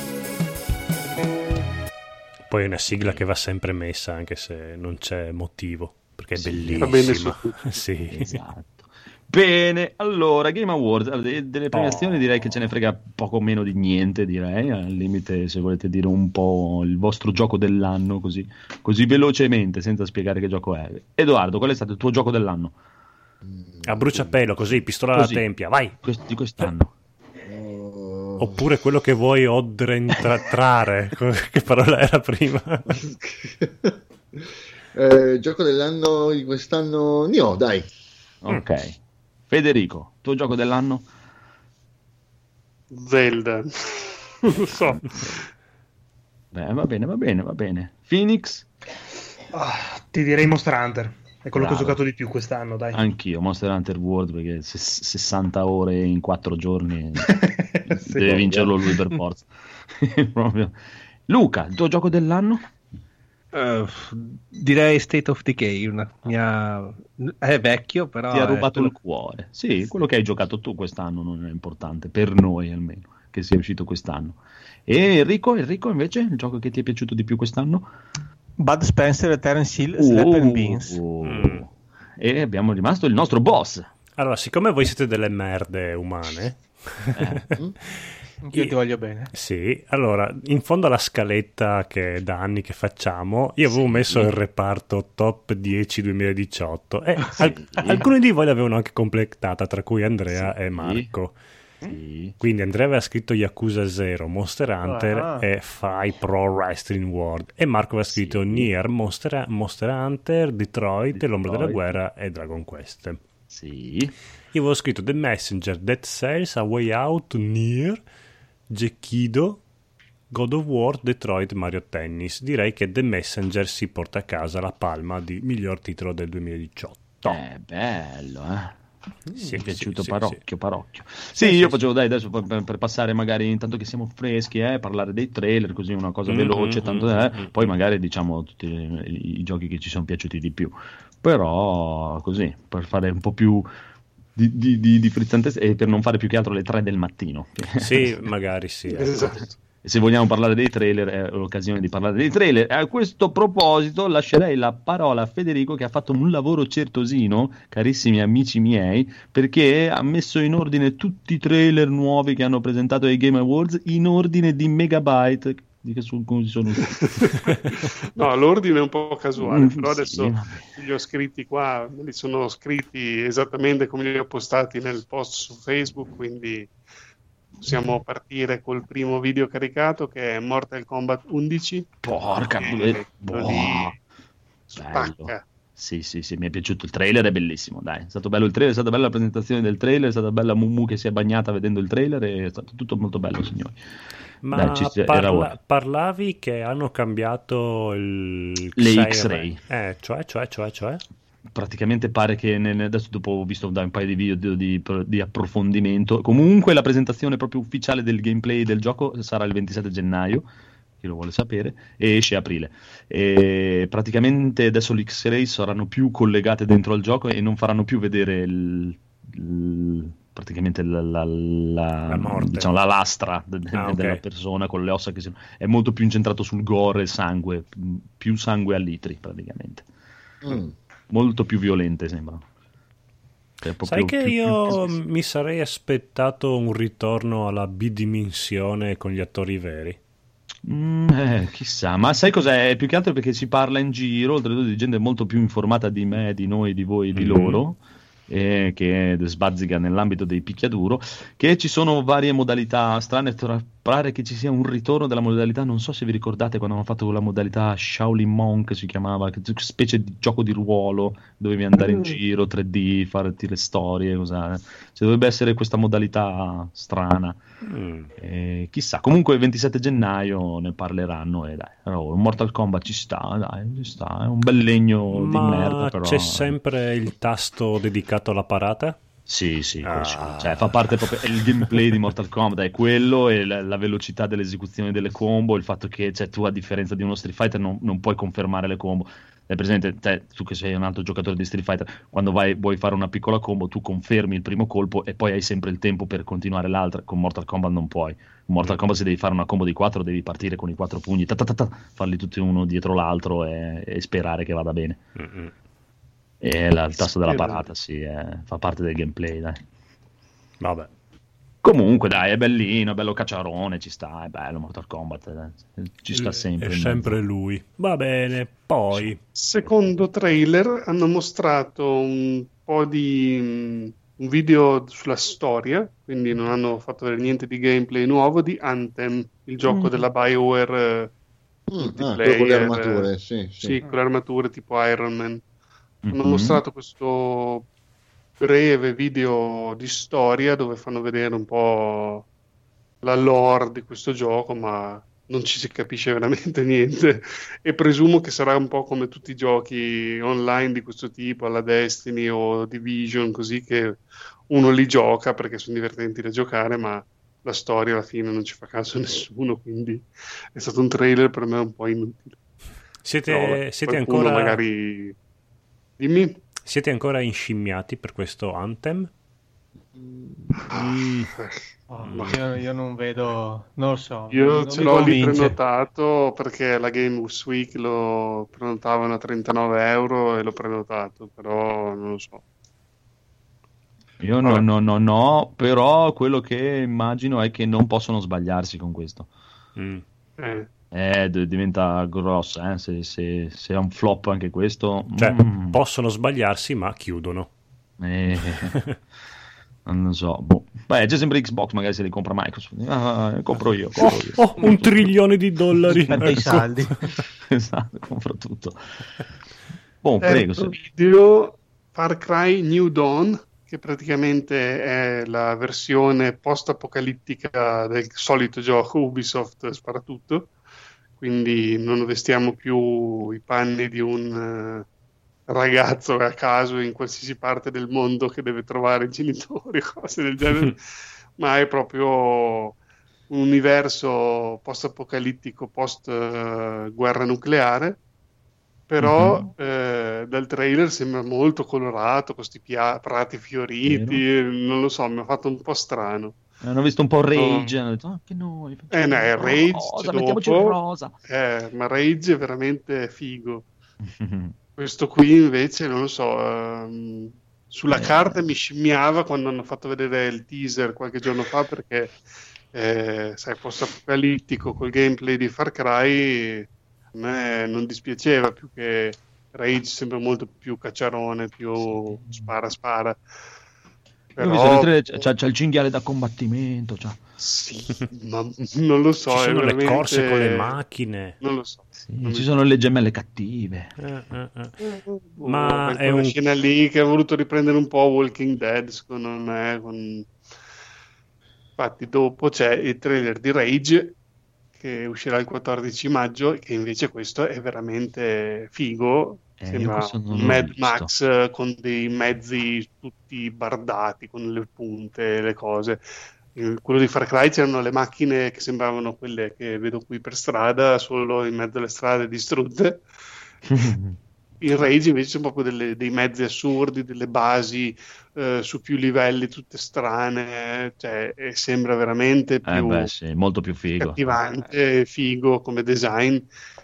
Poi è una sigla che va sempre messa, anche se non c'è motivo, perché è bellissima. Va bene su tutto. Sì. Esatto. Bene, allora Game Awards, delle premiazioni direi che ce ne frega poco meno di niente, direi, al limite se volete dire un po' il vostro gioco dell'anno, così velocemente, senza spiegare che gioco è. Edoardo, qual è stato il tuo gioco dell'anno? A bruciapelo, così, pistola alla tempia, vai! Di quest'anno. Oppure quello che vuoi trarre, che parola era prima? Gioco dell'anno di quest'anno, Nioh, dai. Ok. Federico, tuo gioco dell'anno? Zelda. Non lo so. Beh, va bene. Phoenix? Ti direi Monster Hunter. È quello che ho Bravo. giocato di più quest'anno, dai. Anch'io, Monster Hunter World, perché 60 ore in 4 giorni Sì, deve vincerlo lui per forza. Proprio. Luca, il tuo gioco dell'anno? Direi State of Decay, è vecchio, però Ti ha rubato il cuore. Sì, quello che hai giocato tu quest'anno non è importante, per noi almeno, che sia uscito quest'anno. E Enrico invece, il gioco che ti è piaciuto di più quest'anno? Bud Spencer e Terence Hill, Slap and Beans. E abbiamo rimasto il nostro boss. Allora, siccome voi siete delle merde umane, Io ti voglio bene. sì, allora, in fondo alla scaletta che è da anni che facciamo, io avevo messo il reparto top 10 2018 e alcuni di voi l'avevano anche completata, tra cui Andrea e Marco. Sì. Quindi Andrea aveva scritto Yakuza 0, Monster Hunter e Fai Pro Wrestling World, e Marco aveva scritto Nier, Monster Hunter, Detroit, L'Ombra della Guerra e Dragon Quest. Sì. Io avevo scritto The Messenger, Dead Cells, A Way Out, Nier, Gekido, God of War, Detroit, Mario Tennis. Direi che The Messenger si porta a casa la palma di miglior titolo del 2018. Bello, Sì, mi è piaciuto sì, parecchio. Sì, io facevo, dai, adesso per passare magari, intanto che siamo freschi, parlare dei trailer, così una cosa veloce, poi magari diciamo tutti i giochi che ci sono piaciuti di più. Però così, per fare un po' più di frizzante e per non fare più che altro le 3 del mattino. Sì, magari sì. Esatto. Se vogliamo parlare dei trailer è l'occasione di parlare dei trailer. A questo proposito lascerei la parola a Federico, che ha fatto un lavoro certosino, carissimi amici miei, perché ha messo in ordine tutti i trailer nuovi che hanno presentato ai Game Awards in ordine di megabyte come sono No, l'ordine è un po' casuale, però sì, adesso li ho scritti qua, me li sono scritti esattamente come li ho postati nel post su Facebook, quindi possiamo partire col primo video caricato, che è Mortal Kombat 11. Porca spacca. Sì, mi è piaciuto il trailer, è bellissimo, dai, è stato bello il trailer, è stata bella la presentazione del trailer, è stata bella Mumu che si è bagnata vedendo il trailer, è stato tutto molto bello, signori. Ma dai, parlavi che hanno cambiato le X-Ray. Cioè? praticamente pare che adesso dopo ho visto un paio di video di approfondimento. Comunque la presentazione proprio ufficiale del gameplay del gioco sarà il 27 gennaio, chi lo vuole sapere, e esce a aprile. E praticamente adesso le X-Ray saranno più collegate dentro al gioco e non faranno più vedere praticamente la morte, diciamo, la lastra della persona con le ossa è molto più incentrato sul gore e sangue, più sangue a litri praticamente. Molto più violente sembra. Sai che io mi sarei aspettato un ritorno alla bidimensione con gli attori veri. Chissà, ma sai cos'è? Più che altro perché si parla in giro, oltretutto di gente molto più informata di me, di noi, di voi, di loro, che sbazzica nell'ambito dei picchiaduro, che ci sono varie modalità strane. Pare che ci sia un ritorno della modalità, non so se vi ricordate quando hanno fatto la modalità Shaolin Monk, si chiamava, specie di gioco di ruolo, dovevi andare in giro 3D, farti le storie, cioè, dovrebbe essere questa modalità strana. Chissà, comunque il 27 gennaio ne parleranno e dai, Mortal Kombat ci sta, è un bel legno di merda, però c'è sempre il tasto dedicato alla parata? Sì, cioè fa parte proprio il gameplay di Mortal Kombat, è quello, e la velocità dell'esecuzione delle combo, il fatto che tu, a differenza di uno Street Fighter, non puoi confermare le combo. È presente, tu che sei un altro giocatore di Street Fighter, quando vuoi fare una piccola combo, tu confermi il primo colpo e poi hai sempre il tempo per continuare l'altra. Con Mortal Kombat non puoi. Con Mortal Kombat, se devi fare una combo di 4, devi partire con i 4 pugni, farli tutti uno dietro l'altro e sperare che vada bene. E il tasto della parata fa parte del gameplay, dai. Vabbè. Comunque dai, è bellino, bello cacciarone, ci sta, è bello Mortal Kombat, ci sta sempre. È sempre lui. Va bene, poi secondo trailer hanno mostrato un po' di un video sulla storia, quindi non hanno fatto vedere niente di gameplay nuovo, di Anthem, il gioco della BioWare multiplayer, con le armature, sì, con le armature tipo Iron Man. Hanno mostrato questo breve video di storia dove fanno vedere un po' la lore di questo gioco, ma non ci si capisce veramente niente, e presumo che sarà un po' come tutti i giochi online di questo tipo, alla Destiny o Division, così, che uno li gioca perché sono divertenti da giocare, ma la storia alla fine non ci fa caso nessuno, quindi è stato un trailer per me un po' inutile. Siete ancora magari... Dimmi. Siete ancora inscimmiati per questo Anthem? Io non vedo, non lo so. Io ce l'ho lì prenotato perché la Games Week lo prenotavano a 39 euro e l'ho prenotato, però non lo so. Io no, però quello che immagino è che non possono sbagliarsi con questo. Diventa grossa, se è un flop anche questo. Cioè, possono sbagliarsi, ma chiudono. Non so. Beh, c'è sempre Xbox, magari se li compra Microsoft. Compro io. $1 trilione. Spende i saldi. Esatto, compro tutto. Prego. Video Far Cry New Dawn, che praticamente è la versione post-apocalittica del solito gioco Ubisoft Sparatutto. Quindi non vestiamo più i panni di un ragazzo a caso in qualsiasi parte del mondo che deve trovare genitori o cose del genere, ma è proprio un universo post-apocalittico, post-guerra nucleare, però dal trailer sembra molto colorato, con questi prati fioriti, non lo so, mi ha fatto un po' strano. Hanno visto un po' Rage, hanno detto anche noi Rage rosa, mettiamoci il rosa. Ma Rage è veramente figo. Questo qui invece non lo so, sulla carta mi scimmiava quando hanno fatto vedere il teaser qualche giorno fa, perché sai, post-apocalittico col gameplay di Far Cry a me non dispiaceva, più che Rage sembra molto più cacciarone, più spara. Però c'è il cinghiale da combattimento, sì, ma non lo so, ci sono veramente... le corse con le macchine, non lo so, ci sono le gemelle cattive. Ma è una scena lì che ha voluto riprendere un po' Walking Dead, secondo me. Infatti dopo c'è il trailer di Rage che uscirà il 14 maggio, che invece questo è veramente figo. Sembra un Mad Max con dei mezzi tutti bardati, con le punte, le cose. In quello di Far Cry c'erano le macchine che sembravano quelle che vedo qui per strada, solo in mezzo alle strade distrutte. In Rage invece sono proprio dei mezzi assurdi, delle basi su più livelli, tutte strane, cioè, e sembra veramente più molto più figo, cattivante, figo come design.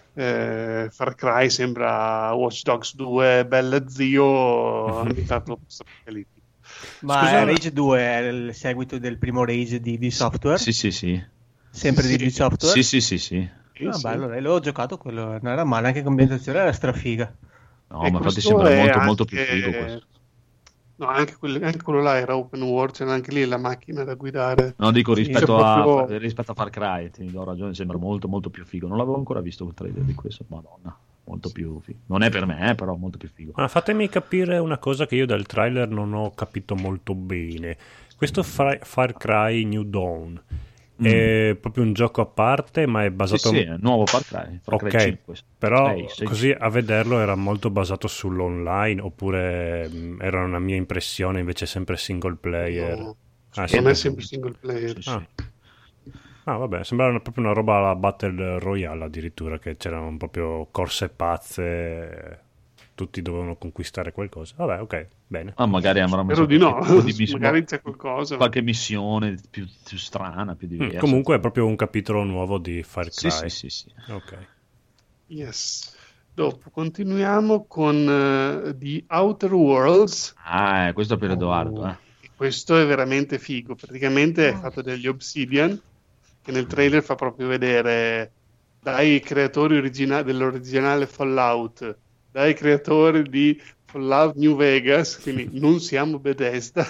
Far Cry sembra Watch Dogs 2 bella zio ambientato post-apocalittico. Ma Rage 2 è il seguito del primo Rage di Software? Sì. Sempre di Software? Sì. Allora l'ho giocato, quello non era male, anche con ambientazione era strafiga. No, ma infatti sembra molto più figo questo. No, anche quello là era open world, c'era anche lì la macchina da guidare. No, dico rispetto a Far Cry, ti do ragione, sembra molto molto più figo. Non l'avevo ancora visto il trailer di questo, madonna, molto più figo. Non è per me, però molto più figo. Ma fatemi capire una cosa che io dal trailer non ho capito molto bene. Questo Far Cry New Dawn è proprio un gioco a parte, ma è basato... Sì, è un nuovo Far Cry. Far Cry 5. Però così a vederlo era molto basato sull'online, oppure era una mia impressione, invece sempre single player? No, non è sempre single player. Sì. Vabbè, sembrava proprio una roba alla Battle Royale addirittura, che c'erano proprio corse pazze, tutti dovevano conquistare qualcosa. Vabbè, ok, bene. Magari avranno messo magari c'è qualcosa, qualche missione più strana, più diversa. Comunque è proprio un capitolo nuovo di Far Cry. Sì. Ok. Yes. Dopo continuiamo con The Outer Worlds. Questo è per Edoardo. Questo è veramente figo. Praticamente è fatto dagli Obsidian, che nel trailer fa proprio vedere dai creatori dell'originale Fallout, dai creatori di Fallout New Vegas, quindi non siamo Bethesda,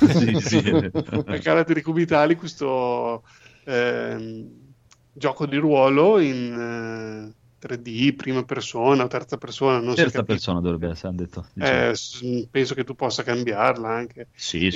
a caratteri cubitali, questo gioco di ruolo in 3D, prima persona o terza persona, non terza persona dovrebbe essere detto. Penso che tu possa cambiarla anche. Sì.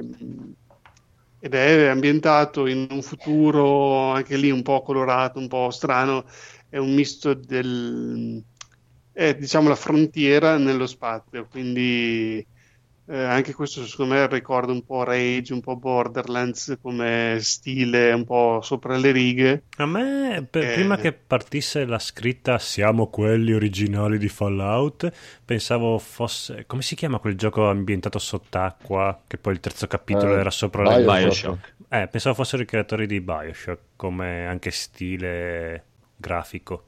Ed è ambientato in un futuro anche lì un po' colorato, un po' strano, è un misto diciamo la frontiera nello spazio, quindi anche questo secondo me ricorda un po' Rage, un po' Borderlands come stile, un po' sopra le righe. A me prima che partisse la scritta "siamo quelli originali di Fallout", pensavo fosse, come si chiama quel gioco ambientato sott'acqua, che poi il terzo capitolo era sopra le BioShock. Pensavo fossero i creatori di BioShock, come anche stile grafico.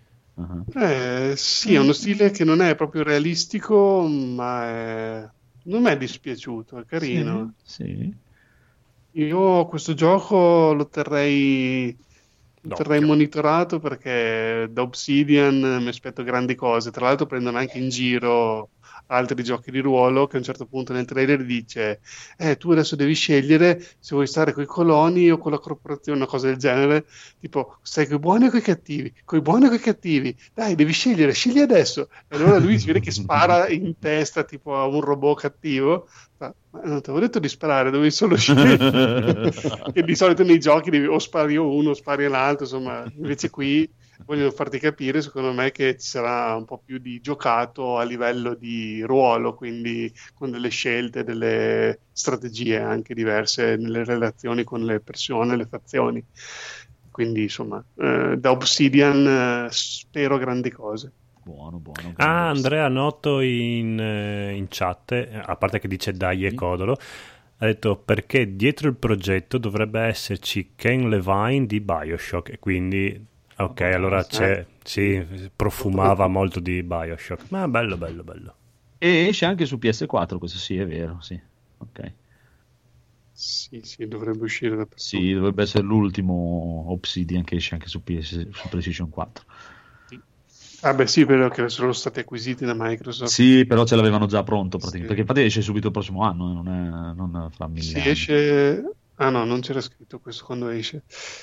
Sì, è uno stile che non è proprio realistico, ma non mi è dispiaciuto, è carino. Sì. Io questo gioco lo terrei monitorato, perché da Obsidian mi aspetto grandi cose. Tra l'altro prendono anche in giro altri giochi di ruolo, che a un certo punto nel trailer dice tu adesso devi scegliere se vuoi stare con i coloni o con la corporazione, una cosa del genere, tipo stai coi buoni o coi cattivi, dai devi scegliere, scegli adesso. E allora lui si vede che spara in testa tipo a un robot cattivo. Ma non ti avevo detto di sparare, dovevi solo scegliere. Che di solito nei giochi devi o spari uno o spari l'altro, insomma. Invece qui voglio farti capire, secondo me, che ci sarà un po' più di giocato a livello di ruolo, quindi con delle scelte, delle strategie anche diverse nelle relazioni con le persone, le fazioni. Quindi insomma, da Obsidian spero grandi cose. Buono. Andrea Noto in chat, a parte che dice dai e Codolo, ha detto perché dietro il progetto dovrebbe esserci Ken Levine di BioShock, e quindi allora profumava molto di BioShock, ma bello. E esce anche su PS4, questo sì, è vero, sì. Ok. Sì, dovrebbe uscire da PS4. Sì, dovrebbe essere l'ultimo Obsidian che esce anche su PlayStation 4. Sì, vedo che sono stati acquisiti da Microsoft. Sì, però ce l'avevano già pronto praticamente, perché infatti esce subito il prossimo anno, non fra 1000 anni. Esce... no, non c'era scritto questo quando esce.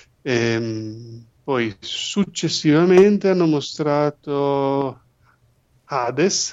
Poi successivamente hanno mostrato Hades.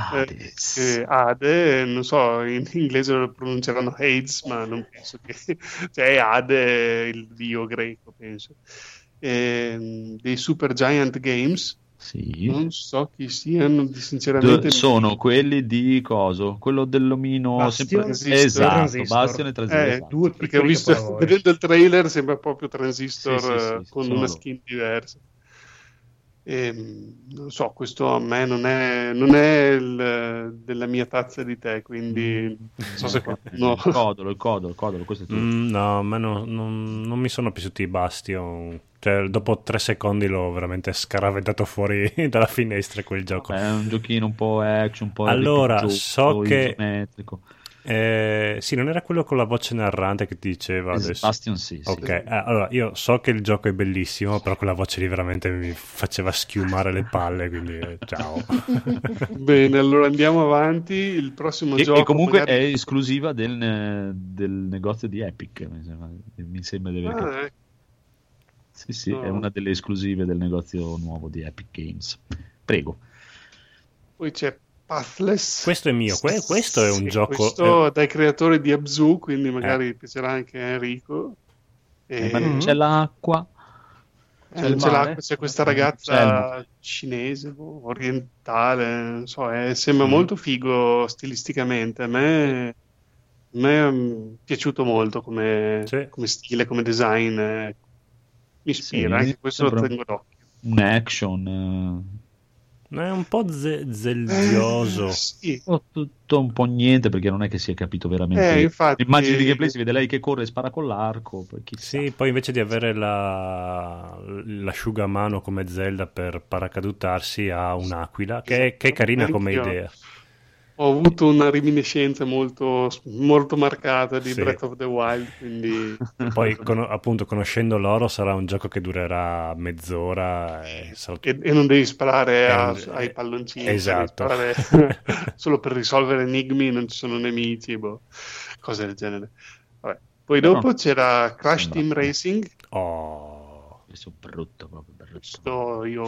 Ade, non so, in inglese lo pronunceranno Hades, ma non penso che... cioè è Ade, il dio greco, penso. Dei Super Giant Games, Sì. Non so chi siano, sinceramente. Sono quelli di coso, quello dell'omino Bastion, esatto, Transistor. Bastion e Transistor. Esatto. Due Perché ho visto, vedendo il trailer, sembra proprio Transistor Sì, con sono una loro. skin diversa. Non so, questo a me non è della mia tazza di tè, quindi non so se no. Il codolo, questo è tutto. No, a me non mi sono piaciuti i Bastion. Cioè, dopo 3 secondi l'ho veramente scaraventato fuori dalla finestra quel gioco. È un giochino un po' action, un po' allora, RPG, so che isometrico. Sì, non era quello con la voce narrante che ti diceva adesso. Bastion sì. Ok, allora io so che il gioco è bellissimo, però quella voce lì veramente mi faceva schiumare le palle, quindi ciao. Bene, allora andiamo avanti. Il prossimo gioco che comunque magari... è esclusiva del negozio di Epic, mi sembra di aver capito. Sì, No. è una delle esclusive del negozio nuovo di Epic Games. Prego. Poi c'è Pathless. Questo è mio, questo è un gioco... Questo dai creatori di Abzu, quindi magari piacerà anche a Enrico. Ma c'è l'acqua. C'è questa ragazza cinese, orientale, non so, sembra molto figo stilisticamente. A me è piaciuto molto come stile, come design. Mi ispira, anche questo lo tengo d'occhio. Un action. È un po' zelzioso. Sì. Tutto un po' niente, perché non è che si è capito veramente. Infatti... Immagini di gameplay, si vede lei che corre e spara con l'arco. Sì, poi invece di avere l'asciugamano come Zelda per paracadutarsi, ha un'aquila, che è carina come idea. Ho avuto una reminiscenza molto, molto marcata di Breath of the Wild, quindi... Poi appunto conoscendo loro sarà un gioco che durerà mezz'ora e non devi sparare ai palloncini, esatto. devi sparare solo per risolvere enigmi, non ci sono nemici, cose del genere. Vabbè. Poi dopo c'era Crash Team Racing. Questo brutto, proprio brutto. Questo io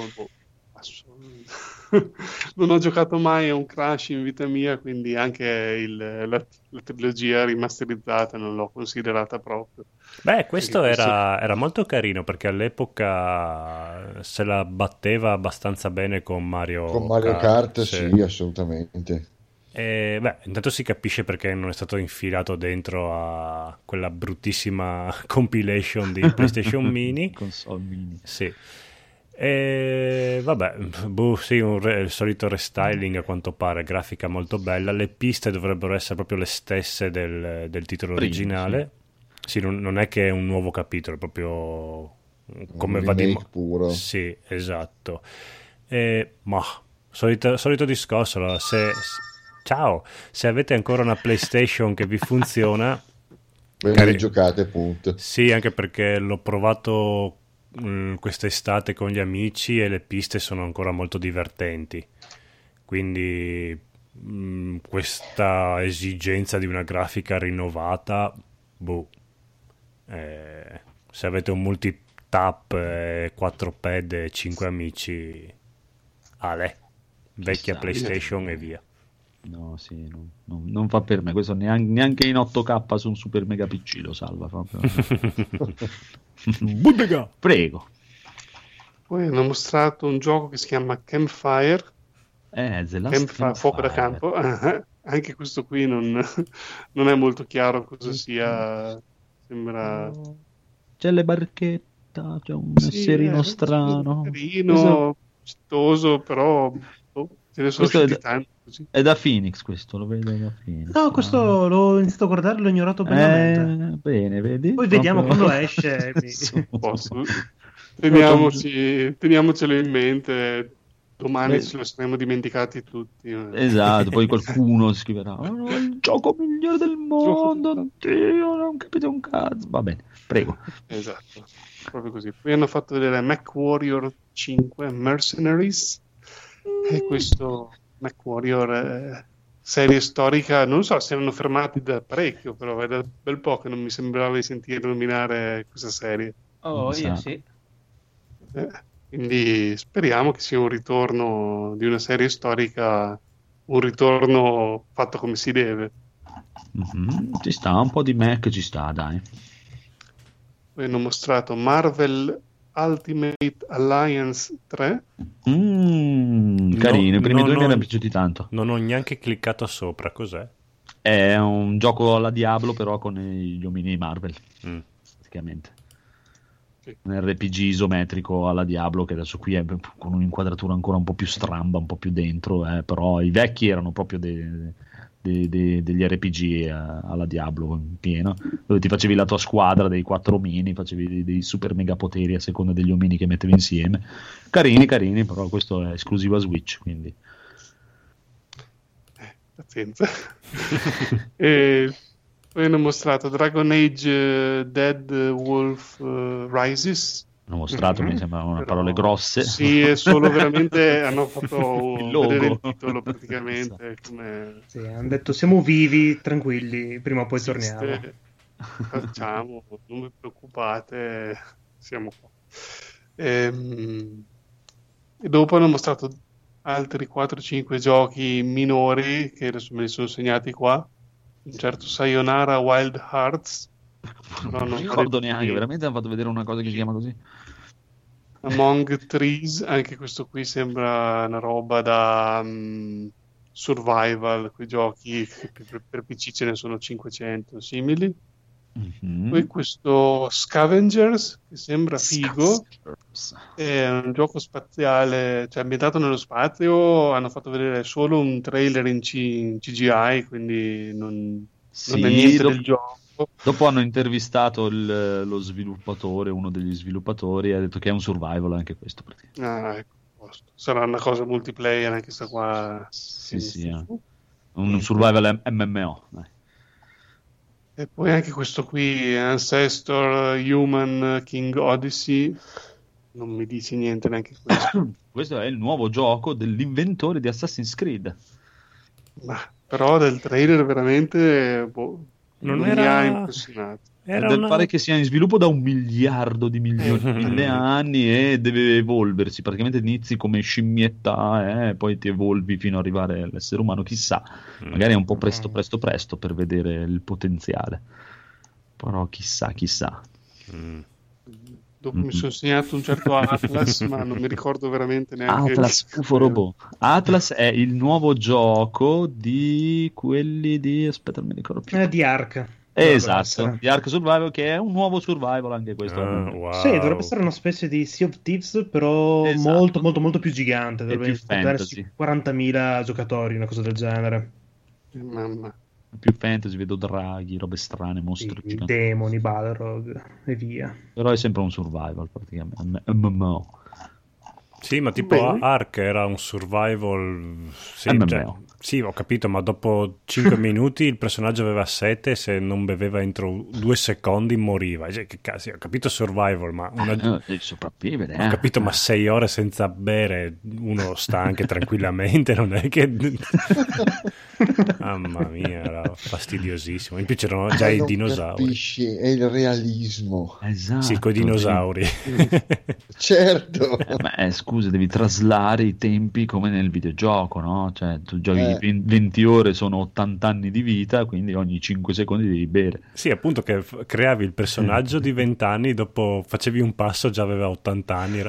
non ho giocato mai a un Crash in vita mia, quindi anche la trilogia rimasterizzata non l'ho considerata proprio. Beh, questo era molto carino, perché all'epoca se la batteva abbastanza bene con Mario Kart, sì, assolutamente. Intanto si capisce perché non è stato infilato dentro a quella bruttissima compilation di PlayStation Mini. Console Mini. Sì. Vabbè, sì, il solito restyling a quanto pare, grafica molto bella. Le piste dovrebbero essere proprio le stesse del titolo originale. Sì, non è che è un nuovo capitolo, è proprio come va di puro. Sì, esatto. Ma solito discorso. Allora, se avete ancora una PlayStation che vi funziona, ve giocate, punto. Sì, anche perché l'ho provato quest'estate con gli amici e le piste sono ancora molto divertenti, quindi questa esigenza di una grafica rinnovata, se avete un multitap, 4 pad e 5 amici, vecchia PlayStation e via. No, sì, non fa per me questo, neanche in 8K su un super mega PC lo salva proprio. Prego. Poi hanno mostrato un gioco che si chiama Campfire. Fuoco da campo. Anche questo qui non è molto chiaro cosa sia. Sembra c'è le barchetta, c'è un serino strano, serino cistoso, però è da Phoenix, questo lo vedo da Phoenix. No, questo l'ho iniziato a guardare, l'ho ignorato bene. Bene, vedi? Poi vediamo quando esce. Teniamocelo in mente. Domani ce lo saremo dimenticati tutti. Esatto, poi qualcuno scriverà il gioco migliore del mondo, oddio, non capite un cazzo. Va bene, prego. Esatto, proprio così. Poi hanno fatto vedere MechWarrior 5 Mercenaries. E questo MechWarrior serie storica, non so se erano fermati da parecchio, però è da bel po' che non mi sembrava di sentire nominare questa serie. Io sì. Quindi speriamo che sia un ritorno di una serie storica, un ritorno fatto come si deve. Ci sta, un po' di Mac ci sta, dai. Poi hanno mostrato Marvel Ultimate Alliance 3. Carino, i primi due mi erano piaciuti tanto. Non ho neanche cliccato sopra, cos'è? È un gioco alla Diablo però con gli omini Marvel, praticamente. Un RPG isometrico alla Diablo, che adesso qui è con un'inquadratura ancora un po' più stramba, un po' più dentro, però i vecchi erano proprio degli RPG alla Diablo in pieno, dove ti facevi la tua squadra dei 4 omini, facevi dei super mega poteri a seconda degli omini che mettevi insieme. Carini, però questo è esclusivo a Switch, quindi pazienza. E poi hanno mostrato Dragon Age Dead Wolf Rises. Hanno mostrato, mi sembrano parole grosse. Sì, è solo veramente hanno fatto il logo, vedere il titolo praticamente. Come... Sì, hanno detto siamo vivi, tranquilli, prima o poi torniamo. Facciamo, non vi preoccupate, siamo qua. E dopo hanno mostrato altri 4-5 giochi minori che adesso me li sono segnati qua. Un certo Sayonara Wild Hearts, non ricordo neanche, veramente hanno fatto vedere una cosa che si chiama così. Among Trees, anche questo qui sembra una roba da survival, quei giochi che per PC ce ne sono 500 simili. Poi questo Scavengers, che sembra figo, è un gioco spaziale, cioè ambientato nello spazio. Hanno fatto vedere solo un trailer in CGI, quindi non è niente del gioco. Dopo hanno intervistato lo sviluppatore, uno degli sviluppatori, e ha detto che è un survival anche questo. Ecco, sarà una cosa multiplayer anche sta qua. Sì, un survival MMO, dai. E poi anche questo qui, Ancestor Human King Odyssey, non mi dice niente neanche questo. Questo è il nuovo gioco dell'inventore di Assassin's Creed. Ma però del trailer veramente non mi ha impressionato. Pare che sia in sviluppo da 1 miliardo di milioni di 1000 anni e deve evolversi. Praticamente inizi come scimmietta, poi ti evolvi fino ad arrivare all'essere umano. Chissà, magari è un po' presto per vedere il potenziale. Però chissà. Dopo mi sono segnato un certo Atlas, ma non mi ricordo veramente neanche. Atlas UFO Robot. Atlas è il nuovo gioco di quelli di... Aspetta, non mi ricordo più. Di Ark. Esatto, di Ark Survival, che è un nuovo survival anche questo. Wow. Sì, dovrebbe essere una specie di Sea of Thieves, però molto più gigante. Dovrebbe portarsi 40.000 giocatori, una cosa del genere. Mamma. Più fantasy, vedo draghi, robe strane, mostri, demoni, Balrog e via. Però è sempre un survival praticamente, MMO. Sì, ma tipo Ark era un survival. Sì, ho capito, ma dopo 5 minuti il personaggio aveva sete e se non beveva entro 2 secondi moriva. Cioè, che cazzo, ho capito survival, ma sopravvivere. Ho capito, ma 6 ore senza bere uno sta anche tranquillamente, non è che mamma mia, era fastidiosissimo. In più c'erano già i dinosauri. Capisci, è il realismo. Esatto. Sì, coi dinosauri. Certo. Ma scusa, devi traslare i tempi come nel videogioco, no? Cioè, tu giochi 20 ore, sono 80 anni di vita, quindi ogni 5 secondi devi bere. Sì, appunto, che creavi il personaggio di 20 anni, dopo facevi un passo, già aveva 80 anni.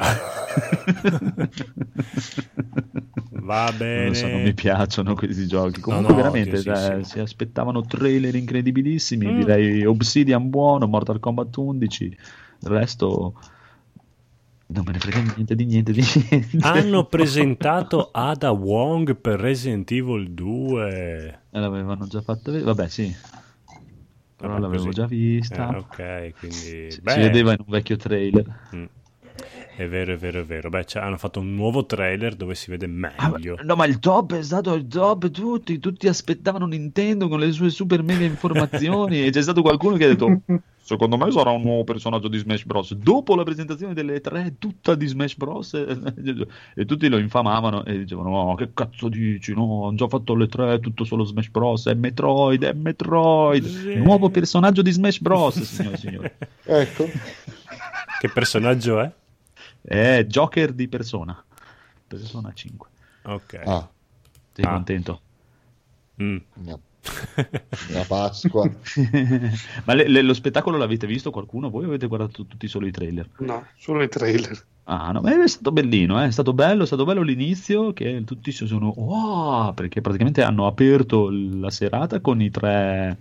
Va bene. Non mi piacciono questi giochi. Comunque veramente si aspettavano trailer incredibilissimi, direi Obsidian buono, Mortal Kombat 11, il resto... Non me ne frega niente di niente. Hanno presentato Ada Wong per Resident Evil 2. L'avevano già fatto vedere. Vabbè, sì. Però l'avevo già vista. Ok, quindi... Si vedeva in un vecchio trailer. È vero. Beh, hanno fatto un nuovo trailer dove si vede meglio. No, ma il top è stato il top. Tutti aspettavano Nintendo con le sue super mega informazioni. E c'è stato qualcuno che ha detto: secondo me sarà un nuovo personaggio di Smash Bros. Dopo la presentazione delle 3, tutta di Smash Bros. E tutti lo infamavano e dicevano: no, che cazzo dici? No, hanno già fatto le 3, tutto solo Smash Bros. È Metroid. Sì. Nuovo personaggio di Smash Bros. Signore e signori. Ecco. Che personaggio è? È Joker di Persona 5. Ok. Sei contento? No. La Pasqua. Ma lo spettacolo l'avete visto qualcuno? Voi avete guardato tutti solo i trailer? No, solo i trailer. Ah, no, è stato bellino, è stato bello l'inizio, che tutti si sono wow, perché praticamente hanno aperto la serata con i tre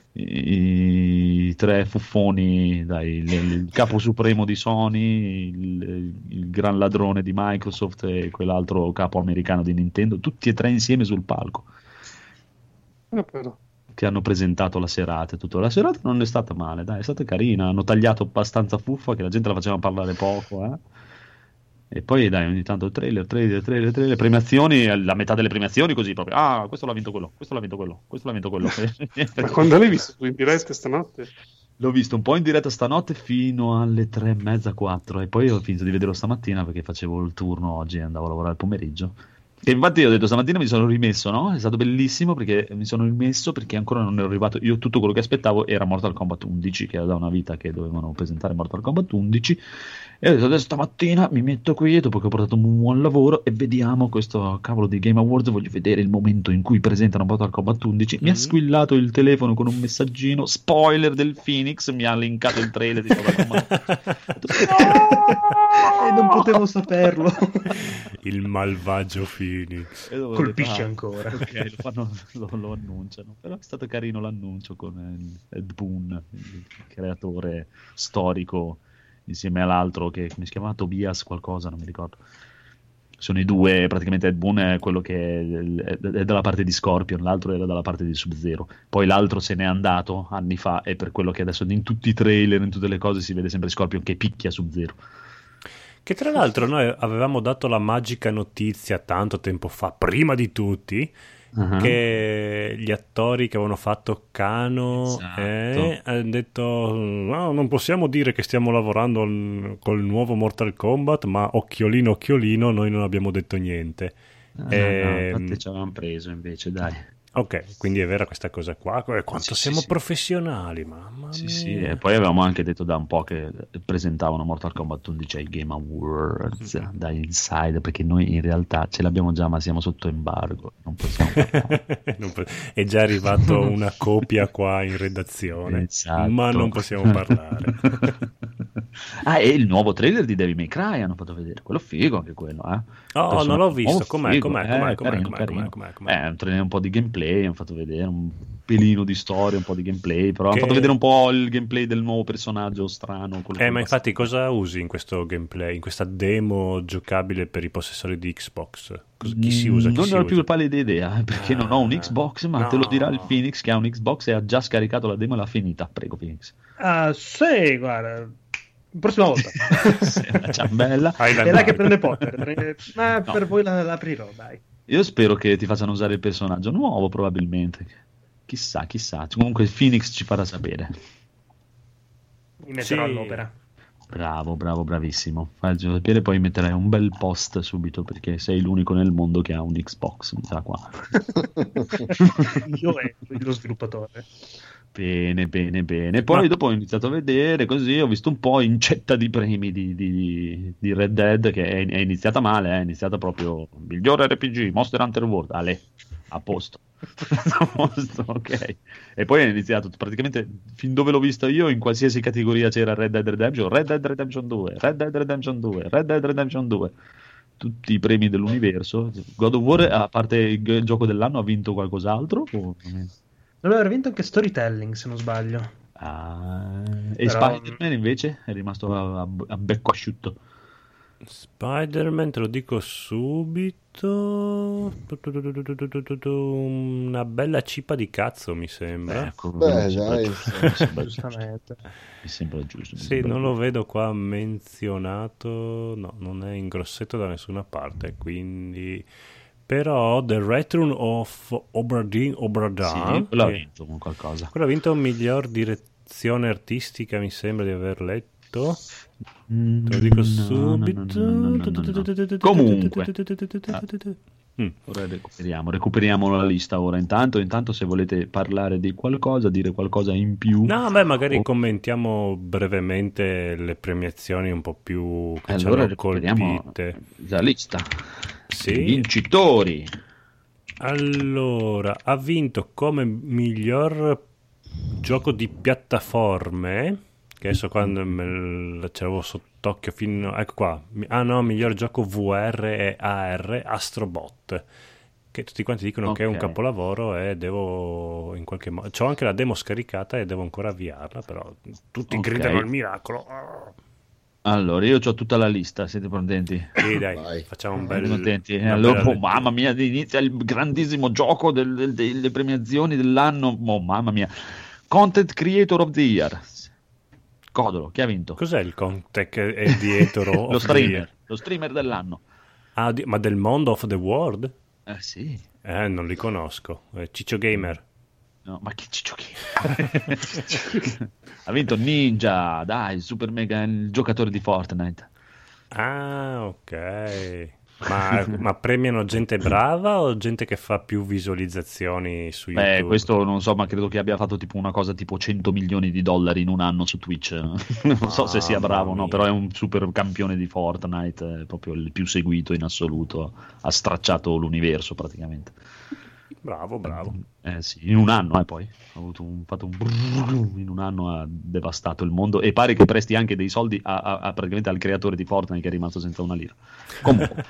fuffoni, il capo supremo di Sony, il gran ladrone di Microsoft e quell'altro capo americano di Nintendo, tutti e tre insieme sul palco. Però. Che hanno presentato la serata e tutto. La serata non è stata male, dai, è stata carina, hanno tagliato abbastanza fuffa che la gente la faceva parlare poco, e poi dai, ogni tanto trailer, premiazioni, la metà delle premiazioni così proprio, questo l'ha vinto quello, questo l'ha vinto quello, questo l'ha vinto quello. Ma quando l'hai visto tu in diretta stanotte? L'ho visto un po' in diretta stanotte fino alle 3:30, 4, e poi ho finito di vederlo stamattina perché facevo il turno oggi e andavo a lavorare il pomeriggio. E infatti ho detto stamattina mi sono rimesso, no? È stato bellissimo perché mi sono rimesso perché ancora non ero arrivato. Io tutto quello che aspettavo era Mortal Kombat 11, che era da una vita che dovevano presentare Mortal Kombat 11. E ho detto adesso stamattina mi metto qui dopo che ho portato un buon lavoro e vediamo questo cavolo di Game Awards. Voglio vedere il momento in cui presentano Mortal Kombat 11. Mi ha squillato il telefono con un messaggino spoiler del Phoenix, mi ha linkato il trailer di Mortal Kombat. E non potevo saperlo. Il malvagio Phoenix colpisce ancora. Ok, lo annunciano. Però è stato carino l'annuncio con Ed Boon, il creatore storico, insieme all'altro che come si chiama, Tobias qualcosa, non mi ricordo. Sono i due, praticamente Ed Boon è quello che è dalla parte di Scorpion, l'altro era dalla parte di Sub-Zero. Poi l'altro se n'è andato anni fa, e per quello che adesso in tutti i trailer, in tutte le cose si vede sempre Scorpion che picchia Sub-Zero. Che tra l'altro noi avevamo dato la magica notizia tanto tempo fa, prima di tutti, che gli attori che avevano fatto Kano hanno detto no, non possiamo dire che stiamo lavorando col nuovo Mortal Kombat, ma occhiolino occhiolino noi non abbiamo detto niente. No, infatti ci avevamo preso invece, dai. Ok, quindi è vera questa cosa qua, quanto siamo professionali, mamma mia. Sì, e poi avevamo anche detto da un po' che presentavano Mortal Kombat 11 ai Game Awards da Inside, perché noi in realtà ce l'abbiamo già ma siamo sotto embargo, non possiamo parlare. È già arrivato una copia qua in redazione, esatto. Ma non possiamo parlare. E il nuovo trailer di Devil May Cry hanno fatto vedere, quello figo anche quello, Oh, non l'ho visto, com'è? Carino. È un trailer, un po' di gameplay, hanno fatto vedere un pelino di storia, un po' di gameplay, però hanno fatto vedere un po' il gameplay del nuovo personaggio strano. Ma infatti cosa usi in questo gameplay, in questa demo giocabile per i possessori di Xbox? Chi si usa? Non ho più pallida idea, perché non ho un Xbox, ma te lo dirà il Phoenix che ha un Xbox e ha già scaricato la demo e l'ha finita. Prego Phoenix. Sì, guarda, prossima volta. La ciambella. È là che prende Potter. Ma no. Per voi l'aprirò, dai. Io spero che ti facciano usare il personaggio nuovo, probabilmente. Chissà. Comunque il Phoenix ci farà sapere. Mi metterò all'opera. Bravo, bravissimo. Faccio sapere, poi metterai un bel post subito, perché sei l'unico nel mondo che ha un Xbox, mi sa qua. Io e lo sviluppatore. Bene. Poi dopo ho iniziato a vedere così, ho visto un po' incetta di premi di Red Dead, che è iniziata male, è iniziata proprio migliore RPG, Monster Hunter World, a posto. Ok. E poi è iniziato praticamente fin dove l'ho visto io, in qualsiasi categoria c'era Red Dead Redemption 2, Red Dead Redemption 2, tutti i premi dell'universo. God of War, a parte il gioco dell'anno, ha vinto qualcos'altro? Doveva aver vinto anche Storytelling, se non sbaglio. E però... Spider-Man invece è rimasto a becco asciutto. Spider-Man, te lo dico subito, una bella cipa di cazzo, mi sembra. Giustamente. Mi sembra giusto. Sì, non lo vedo qua menzionato, no, non è in grossetto da nessuna parte, quindi... Però The Return of Obra Dinn, sì, quello ha vinto qualcosa. Quello ha vinto miglior direzione artistica, mi sembra di aver letto. Te lo dico subito. Comunque ora recuperiamo la lista ora. Intanto se volete parlare di qualcosa, dire qualcosa in più, magari commentiamo brevemente le premiazioni un po' più che ci hanno colpite. la lista. Sì. I vincitori Allora, ha vinto come miglior gioco di piattaforme, che adesso quando c'avevo sott'occhio fino... Ecco qua. Miglior gioco VR e AR, Astrobot, che tutti quanti dicono che è un capolavoro e devo in qualche modo... C'ho anche la demo scaricata e devo ancora avviarla, però tutti gridano il miracolo. Allora, io ho tutta la lista, siete contenti? Sì, dai, facciamo un bel... Contenti. Allora, mamma mia, inizia il grandissimo gioco delle premiazioni dell'anno. Mamma mia. Content Creator of the Year. Codolo, chi ha vinto? Cos'è il Content Creator of the Year? Lo streamer dell'anno. Ma del mondo of the world? Sì. Non li conosco. Ciccio Gamer. No, ma che Ciccio Gamer? Ha vinto Ninja, dai, il super mega, il giocatore di Fortnite. Ah, ok. Ma premiano gente brava o gente che fa più visualizzazioni su YouTube? Questo non so, ma credo che abbia fatto tipo una cosa tipo 100 milioni di dollari in un anno su Twitch. Non so se sia bravo o no, però è un super campione di Fortnite, è proprio il più seguito in assoluto, ha stracciato l'universo praticamente. Bravo. Sì, in un anno poi ha fatto un in un anno ha devastato il mondo e pare che presti anche dei soldi praticamente al creatore di Fortnite che è rimasto senza una lira. Comunque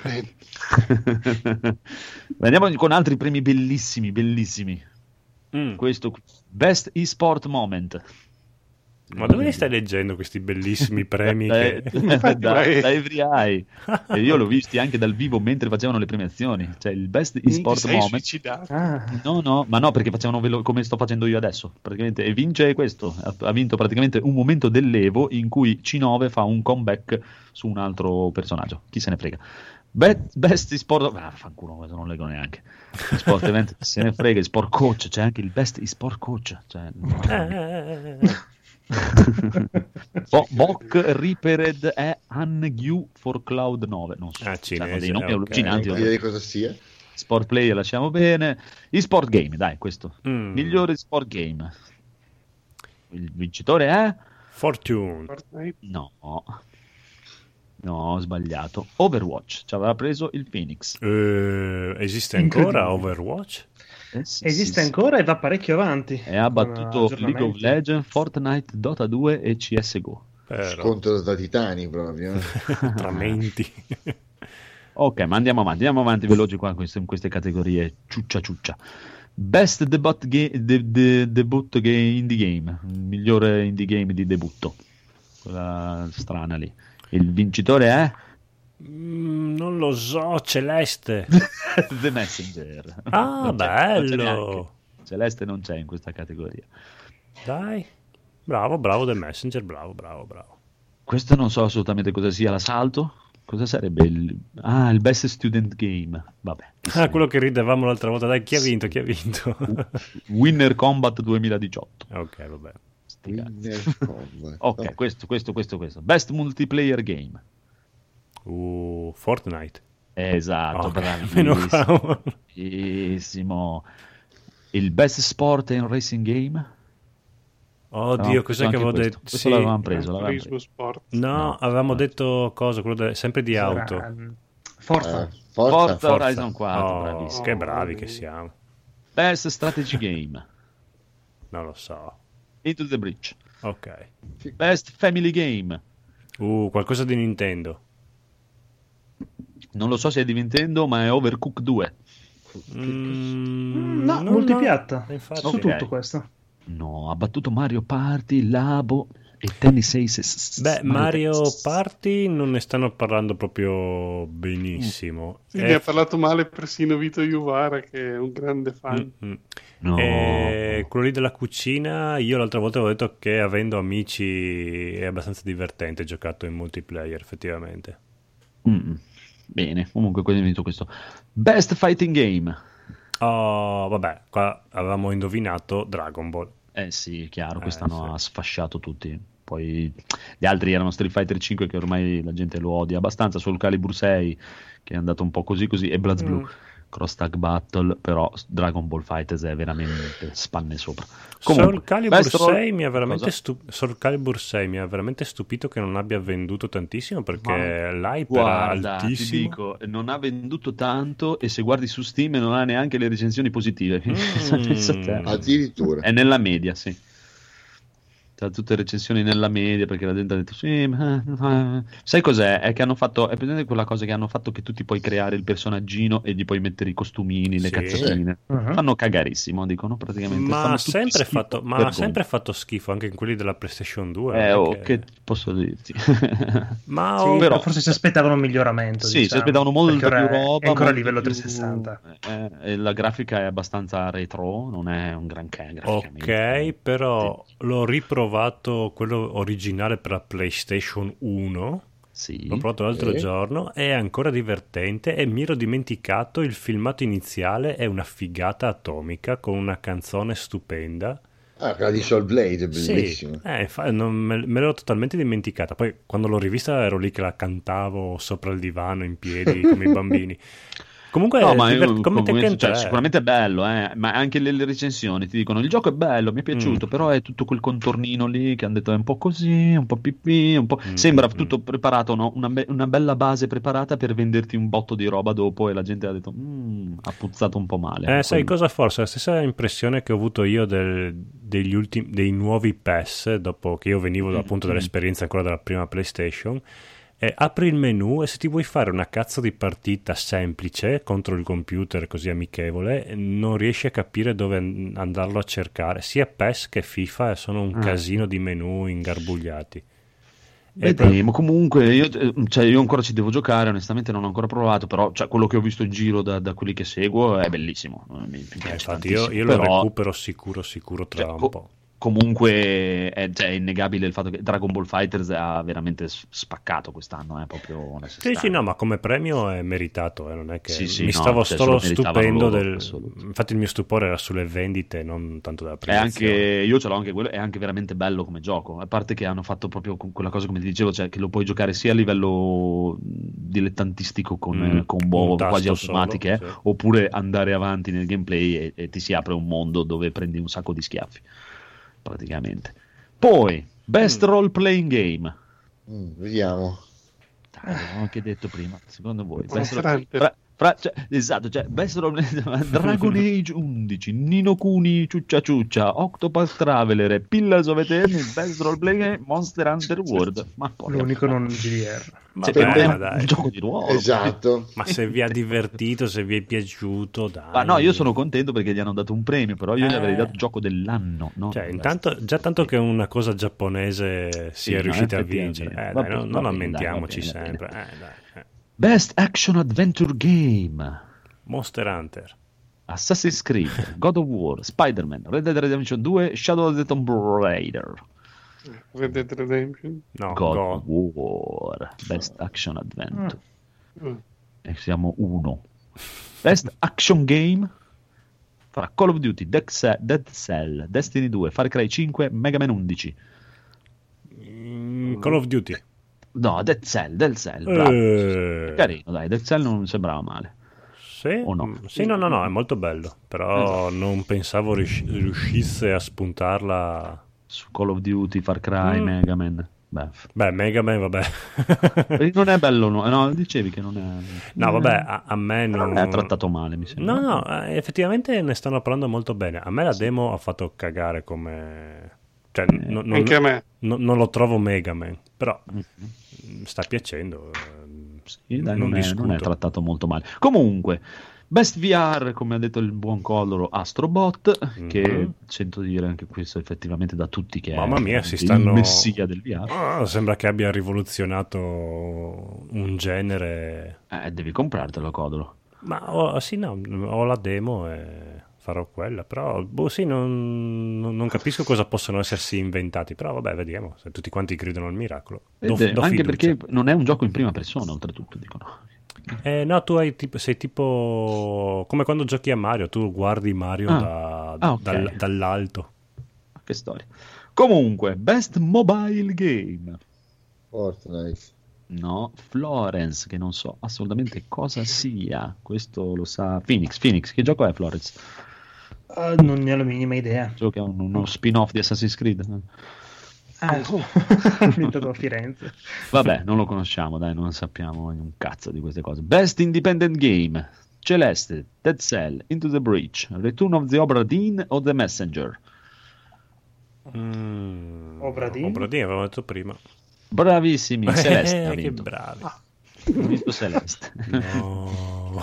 andiamo con altri premi bellissimi. Questo Best eSport Moment. Ma dove li stai leggendo questi bellissimi premi? Da Every Eye. E io l'ho visti anche dal vivo mentre facevano le premiazioni. Cioè il Best eSport Moment. No, perché facevano come sto facendo io adesso. Praticamente, e vince questo. Ha vinto praticamente un momento dell'Evo in cui C9 fa un comeback su un altro personaggio. Chi se ne frega. Best eSport... fanculo, questo non leggo neanche. Sport event, se ne frega. Sport coach, c'è anche il Best eSport coach. Cioè... Bok Reapered è Hangyu for Cloud 9. Non so, cinese, dei nomi allucinanti. Non so cosa sia. Sport player lasciamo bene. eSport game, dai, questo. Migliore sport game. Il vincitore è Fortune. No, ho sbagliato. Overwatch, ci aveva preso il Phoenix. Esiste ancora Overwatch? Esiste ancora e va parecchio avanti. E ha battuto League of Legends, Fortnite, Dota 2 e CSGO. Scontro da titani proprio. Tra menti. Ok, ma andiamo avanti veloci qua in queste categorie ciuccia. Best debut game indie game, il migliore indie game di debutto, quella strana lì. Il vincitore è? Non lo so, Celeste. The Messenger. Bello. Celeste non c'è in questa categoria. Dai, bravo The Messenger, bravo. Questo non so assolutamente cosa sia, l'assalto. Cosa sarebbe il Best Student Game? Vabbè. Quello che ridevamo l'altra volta. Dai, chi ha vinto? Winner Combat 2018. Ok, vabbè. Ok, questo. Best Multiplayer Game. Fortnite. Esatto, bravissimo. Il Best Sport and Racing Game. Oddio, cos'è che avevo detto? Questo l'avevamo preso. No, avevamo detto cosa? Quello sempre di auto. Forza Horizon 4, bravissimo. Che bravi che siamo. Best Strategy Game. Non lo so. Into the Breach. Ok. Best Family Game. Qualcosa di Nintendo. Non lo so se è di Nintendo, ma è Overcooked 2. No, multipiatta. Su tutto questo. No, ha battuto Mario Party, Labo e Tennis Aces. Mario Party non ne stanno parlando proprio benissimo. Sì, ne ha parlato male persino Vito Iuvara, che è un grande fan. No. Quello lì della cucina, io l'altra volta avevo detto che avendo amici è abbastanza divertente giocato in multiplayer, effettivamente. Bene, comunque questo è vinto questo. Best Fighting Game. Vabbè, qua avevamo indovinato Dragon Ball. Sì, chiaro, quest'anno ha sfasciato tutti. Poi gli altri erano Street Fighter 5, che ormai la gente lo odia abbastanza, Soul Calibur 6 che è andato un po' così, e BlazBlue. Cross Tag Battle, però Dragon Ball FighterZ è veramente spanne sopra. Comunque, Soul Calibur 6 mi ha veramente Soul Calibur 6 mi ha veramente stupito che non abbia venduto tantissimo, perché l'hype era altissimo. Ti dico, non ha venduto tanto, e se guardi su Steam non ha neanche le recensioni positive. Addirittura. È nella media, sì. Tra tutte le recensioni nella media, perché la gente ha detto sì, sai cos'è? È che hanno fatto, è presente quella cosa che hanno fatto, che tu ti puoi creare il personaggino e gli puoi mettere i costumini, le cazzatine. Fanno cagarissimo, dicono praticamente. Ma ha sempre fatto schifo anche in quelli della PlayStation 2. Perché... che posso dirti? Ma sì, però forse si aspettavano un miglioramento. Sì, si aspettavano molto più roba. È ancora a livello 360. E la grafica è abbastanza retro, non è un granché. Ok, però l'ho riprovato quello originale per la PlayStation 1. Sì. L'ho provato l'altro giorno, è ancora divertente, e mi ero dimenticato il filmato iniziale è una figata atomica con una canzone stupenda. Quella di Soul Blade è bellissima. Sì, me l'ero totalmente dimenticata. Poi quando l'ho rivista ero lì che la cantavo sopra il divano in piedi come i bambini. Comunque sicuramente è bello, ma anche le recensioni ti dicono il gioco è bello, mi è piaciuto, però è tutto quel contornino lì che hanno detto è un po' così, un po' pipì, un po'... sembra tutto preparato, no? Una bella base preparata per venderti un botto di roba dopo, e la gente ha detto ha puzzato un po' male. Sai cosa, forse la stessa impressione che ho avuto io dei nuovi PES, dopo che io venivo appunto dall'esperienza ancora della prima PlayStation. Apri il menu e se ti vuoi fare una cazzo di partita semplice contro il computer così amichevole, non riesci a capire dove andarlo a cercare. Sia PES che FIFA sono un casino di menu ingarbugliati. Vedremo. Comunque io ancora ci devo giocare, onestamente non ho ancora provato, però quello che ho visto in giro da quelli che seguo è bellissimo. Infatti io lo recupero sicuro tra un po'. Comunque è innegabile il fatto che Dragon Ball FighterZ ha veramente spaccato quest'anno, proprio sì, no, ma come premio è meritato, non è che stavo solo stupendo infatti il mio stupore era sulle vendite, non tanto della premiazione. Io ce l'ho anche quello, è anche veramente bello come gioco, a parte che hanno fatto proprio quella cosa, come ti dicevo, cioè che lo puoi giocare sia a livello dilettantistico con combo quasi automatiche, sì. Oppure andare avanti nel gameplay e ti si apre un mondo dove prendi un sacco di schiaffi praticamente. Poi Best Role Playing Game, vediamo. Ho anche detto prima, secondo voi Best Role Dragon Age 11, Nino Kuni Ciuccia Ciuccia, Octopath Traveler, Pillars of Eternity, Best Role Playing Game, Monster Hunter World. Ma l'unico non GDR. È un gioco di ruolo. Esatto. Ma se vi ha divertito, se vi è piaciuto, dai. Ma no, io sono contento perché gli hanno dato un premio, però io gli avrei dato gioco dell'anno, no? Intanto, già tanto che una cosa giapponese sia riuscita a vincere. Non lamentiamoci sempre. Dai. Best Action Adventure Game: Monster Hunter, Assassin's Creed, God of War, Spider-Man, Red Dead Redemption 2, Shadow of the Tomb Raider. Red Dead Redemption? No, God of War, Best Action Adventure. E siamo 1. Best Action Game fra Call of Duty, Dead Cell, Destiny 2, Far Cry 5, Mega Man 11. Call of Duty. No, Dead Cell, bravo. Carino, dai, Dead Cell non sembrava male. Sì? O no? Sì, no, è molto bello, però non pensavo riuscisse a spuntarla su Call of Duty, Far Cry, Mega Man. Beh, Mega Man, vabbè. Non è bello, no, dicevi che non è... No, vabbè, a me non è trattato male, mi sembra. No, effettivamente ne stanno parlando molto bene. A me la demo ha fatto cagare come... Cioè, anche a me. Non lo trovo Mega Man, però sta piacendo. Sì, dai, non è trattato molto male. Comunque, Best VR, come ha detto il buon Colloro, Astrobot, che sento dire anche questo effettivamente da tutti che mamma mia, il messia del VR. Sembra che abbia rivoluzionato un genere. Devi comprartelo, Colloro. Ma ho la demo e farò quella, però non capisco cosa possono essersi inventati, però vabbè, vediamo, se tutti quanti credono al miracolo. Anche perché non è un gioco in prima persona, oltretutto, dicono. No, tu sei tipo come quando giochi a Mario, tu guardi Mario dall'alto. Che storia. Comunque, Best Mobile Game: Fortnite, No, Florence, che non so assolutamente cosa sia. Questo lo sa Phoenix. Che gioco è Florence? Non ne ho la minima idea. Gioco che è uno spin-off di Assassin's Creed. Ambientato a Firenze. Vabbè, non lo conosciamo, dai, non sappiamo un cazzo di queste cose. Best Independent Game: Celeste, Dead Cell, Into the Breach, Return of the Obra Dinn o The Messenger? Obra Dinn, avevamo detto prima. Bravissimi, Celeste ha Che vinto. bravi. Ho visto Celeste. No.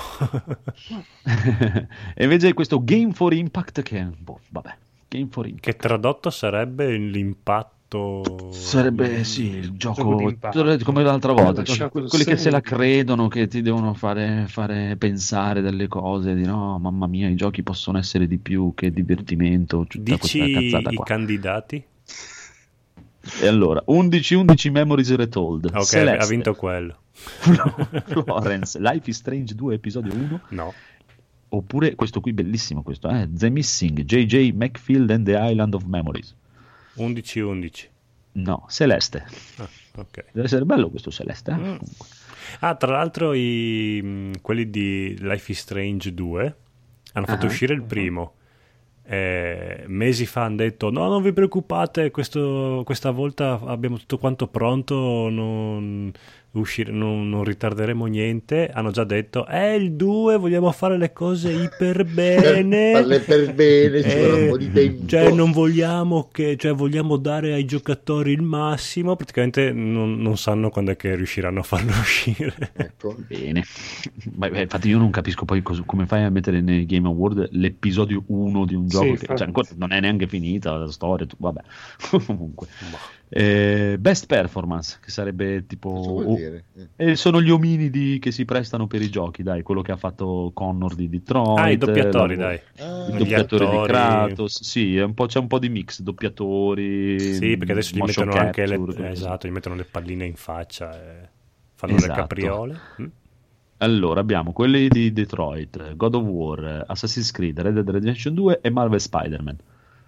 E invece questo Game for Impact che vabbè, Game for Impact. Che tradotto sarebbe l'impatto. Sarebbe sì, il gioco d'impatto. come l'altra volta, Lasciato quelli che segno. se la credono, che ti devono fare pensare delle cose, di no, mamma mia, i giochi possono essere di più che divertimento, tutta questa Dici cazzata i qua. candidati? E allora, 11 Memories Retold. Ok, Celeste, ha vinto quello. Florence, Life is Strange 2 episodio 1. No. Oppure questo qui bellissimo, questo The Missing, J.J. Macfield and the Island of Memories. 11. No, Celeste. Ok. Deve essere bello questo Celeste. Comunque. Tra l'altro quelli di Life is Strange 2 hanno fatto uscire il primo. Mesi fa hanno detto no, non vi preoccupate, questa volta abbiamo tutto quanto pronto, non ritarderemo niente. Hanno già detto il 2 vogliamo fare le cose iper bene, farle per bene, ci vorrà un po' di tempo, cioè non vogliamo vogliamo dare ai giocatori il massimo. Praticamente non sanno quando è che riusciranno a farlo uscire. ecco. Bene. Infatti io non capisco poi come fai a mettere nei Game Award l'episodio 1 di un gioco che ancora non è neanche finita la storia, vabbè. Comunque Best Performance, che sarebbe tipo Cosa vuol dire? sono gli ominidi che si prestano per i giochi, dai, quello che ha fatto Connor di Detroit, I doppiatori, dai. il doppiatore di Kratos, sì, c'è un po' di mix, doppiatori, sì, perché adesso gli motion mettono anche capture, gli mettono le palline in faccia e fanno Esatto. le capriole. Allora abbiamo quelli di Detroit, God of War, Assassin's Creed, Red Dead Redemption 2 e Marvel Spider-Man.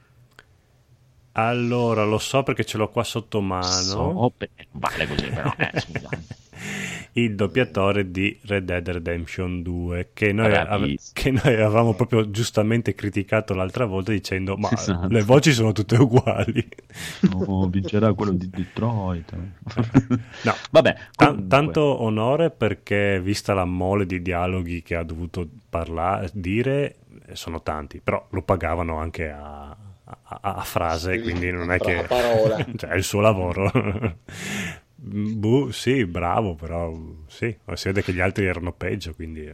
Allora, lo so perché ce l'ho qua sotto mano. Vale così però, scusa. Il doppiatore di Red Dead Redemption 2 che noi Bravissimo. avevamo proprio giustamente criticato l'altra volta dicendo ma Esatto. le voci sono tutte uguali. No, vincerà quello di Detroit. No, Vabbè, tanto onore, perché vista la mole di dialoghi che ha dovuto dire, sono tanti, però lo pagavano anche a frase, Sì, quindi non a è che parola. cioè, è il suo lavoro. Sì, bravo, però sì, si vede che gli altri erano peggio, quindi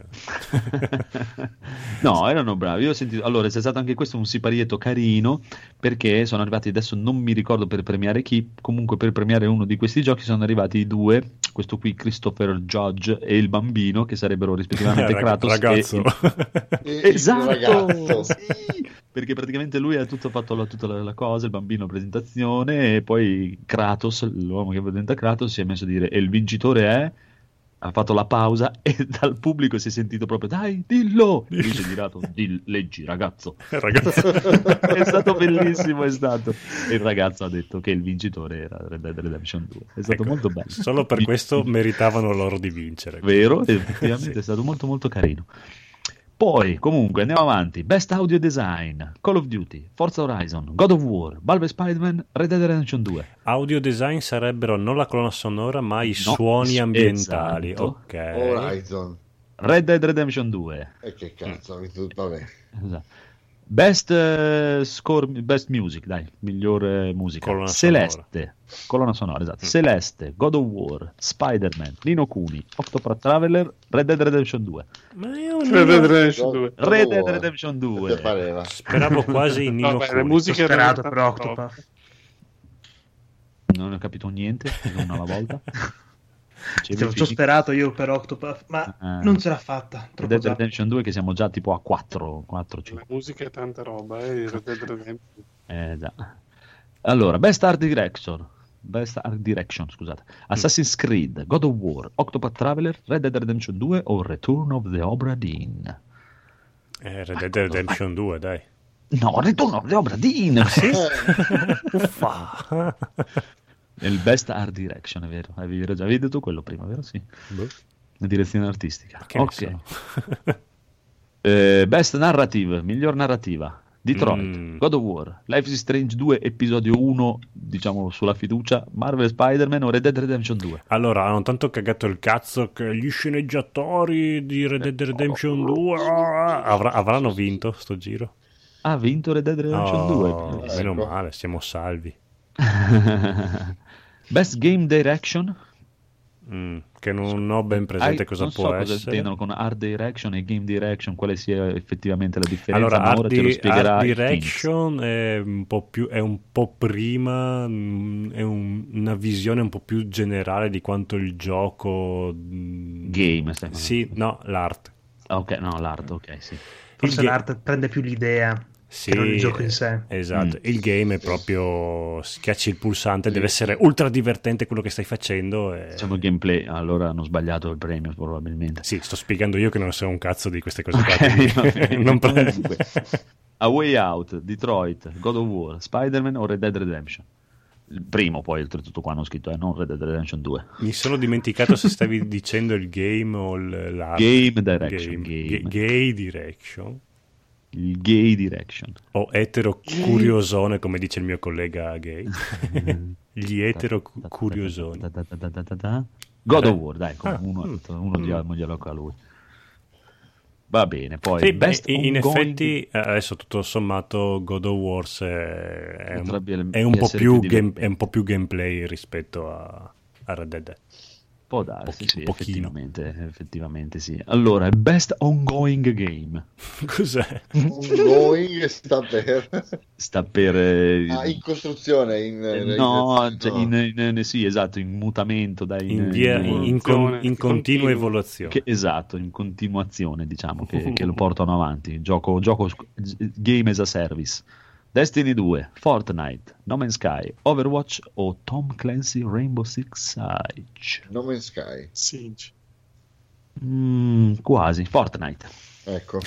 no, erano bravi. Io ho sentito, allora c'è stato anche questo un siparietto carino, perché sono arrivati, adesso non mi ricordo per premiare chi, comunque per premiare uno di questi giochi sono arrivati i due, questo qui Christopher Judge e il bambino, che sarebbero rispettivamente Kratos ragazzo. Esatto, ragazzo. sì, perché praticamente lui ha tutta la cosa, il bambino presentazione, e poi Kratos, l'uomo che presenta Kratos, si è messo a dire e il vincitore è, ha fatto la pausa e dal pubblico si è sentito proprio dai dillo, lui si è girato, leggi ragazzo. È stato bellissimo, è stato, e il ragazzo ha detto che il vincitore era Red Dead Redemption 2, è stato molto bello, Solo per questo meritavano loro di vincere. vero? Effettivamente Sì. è stato molto molto carino. Poi, comunque, andiamo avanti. Best Audio Design, Call of Duty, Forza Horizon, God of War, Marvel Spider-Man, Red Dead Redemption 2. Audio design sarebbero non la colonna sonora, ma i suoni ambientali. esatto. Ok. Horizon. Red Dead Redemption 2. E che cazzo, vabbè. Esatto. Best score, best music, dai, migliore musica. Colonna Celeste, colonna sonora, esatto. Celeste, God of War, Spider-Man, Nino Kuni, Octopath Traveler, Red Dead Redemption 2. Ma io Red Dead Redemption 2. Red Dead Redemption 2. Che pareva? speravo quasi in Nino Vabbè, le Kuni. musiche Sperato erano per Octopath. Non ho capito niente, non alla volta. Ci ho sperato io per Octopath, ma non ce l'ha fatta. Red Troppo Dead già. Redemption 2 che siamo già tipo a 4 La 5. musica è tanta roba, Red Dead Redemption. Già. Allora, Best Art Direction, scusate. Assassin's Creed, God of War, Octopath Traveler, Red Dead Redemption 2 o Return of the Obra Dinn? Red Dead Redemption 2, dai. No, Return of the Obra Dinn! Uffa. È il best art direction, è vero. Avevi già detto quello prima, vero? Sì. La direzione artistica. Ok. Best narrative, miglior narrativa. Detroit, God of War, Life is Strange 2, episodio 1, diciamo sulla fiducia, Marvel Spider-Man o Red Dead Redemption 2. Allora, hanno tanto cagato il cazzo che gli sceneggiatori di Red Dead Redemption 2 avranno vinto sto giro. Ha vinto Red Dead Redemption 2. Meno male, siamo salvi. Best Game Direction. Che non ho ben presente cosa può essere. Cosa intendono con art direction e game direction, quale sia effettivamente la differenza. Allora, ma ora te lo spiegherà. Art direction è un po' prima, è una visione un po' più generale di quanto il gioco game. Sì, no, l'art. Ok, no, l'art, ok, sì. Forse l'art prende più l'idea. Sì, che non il gioco in sé. Esatto, il game è proprio schiacci il pulsante, deve essere ultra divertente quello che stai facendo. Diciamo il gameplay, allora hanno sbagliato il premio probabilmente. Sì, sto spiegando io che non so un cazzo di queste cose qua. Non A Way Out, Detroit, God of War, Spider-Man o Red Dead Redemption? Il primo poi, oltretutto qua hanno scritto, non Red Dead Redemption 2. Mi sono dimenticato se stavi dicendo il game o l'art. Game direction. Gay direction. Il gay direction o etero curiosone, come dice il mio collega gay. Gli etero curiosoni. God of War, dai, uno dialogo a lui. Va bene, poi sì, in effetti adesso tutto sommato God of War è un po' più gameplay rispetto a Red Dead. Può darsi, sì, effettivamente sì. Allora, best ongoing game. Cos'è? Ongoing sta per in costruzione, sì, esatto, in mutamento, in continua evoluzione. Esatto, in continuazione, diciamo, che lo portano avanti. Gioco game as a service. Destiny 2, Fortnite, No Man's Sky, Overwatch o Tom Clancy Rainbow Six Siege? No Man's Sky. Siege. Quasi, Fortnite. Ecco.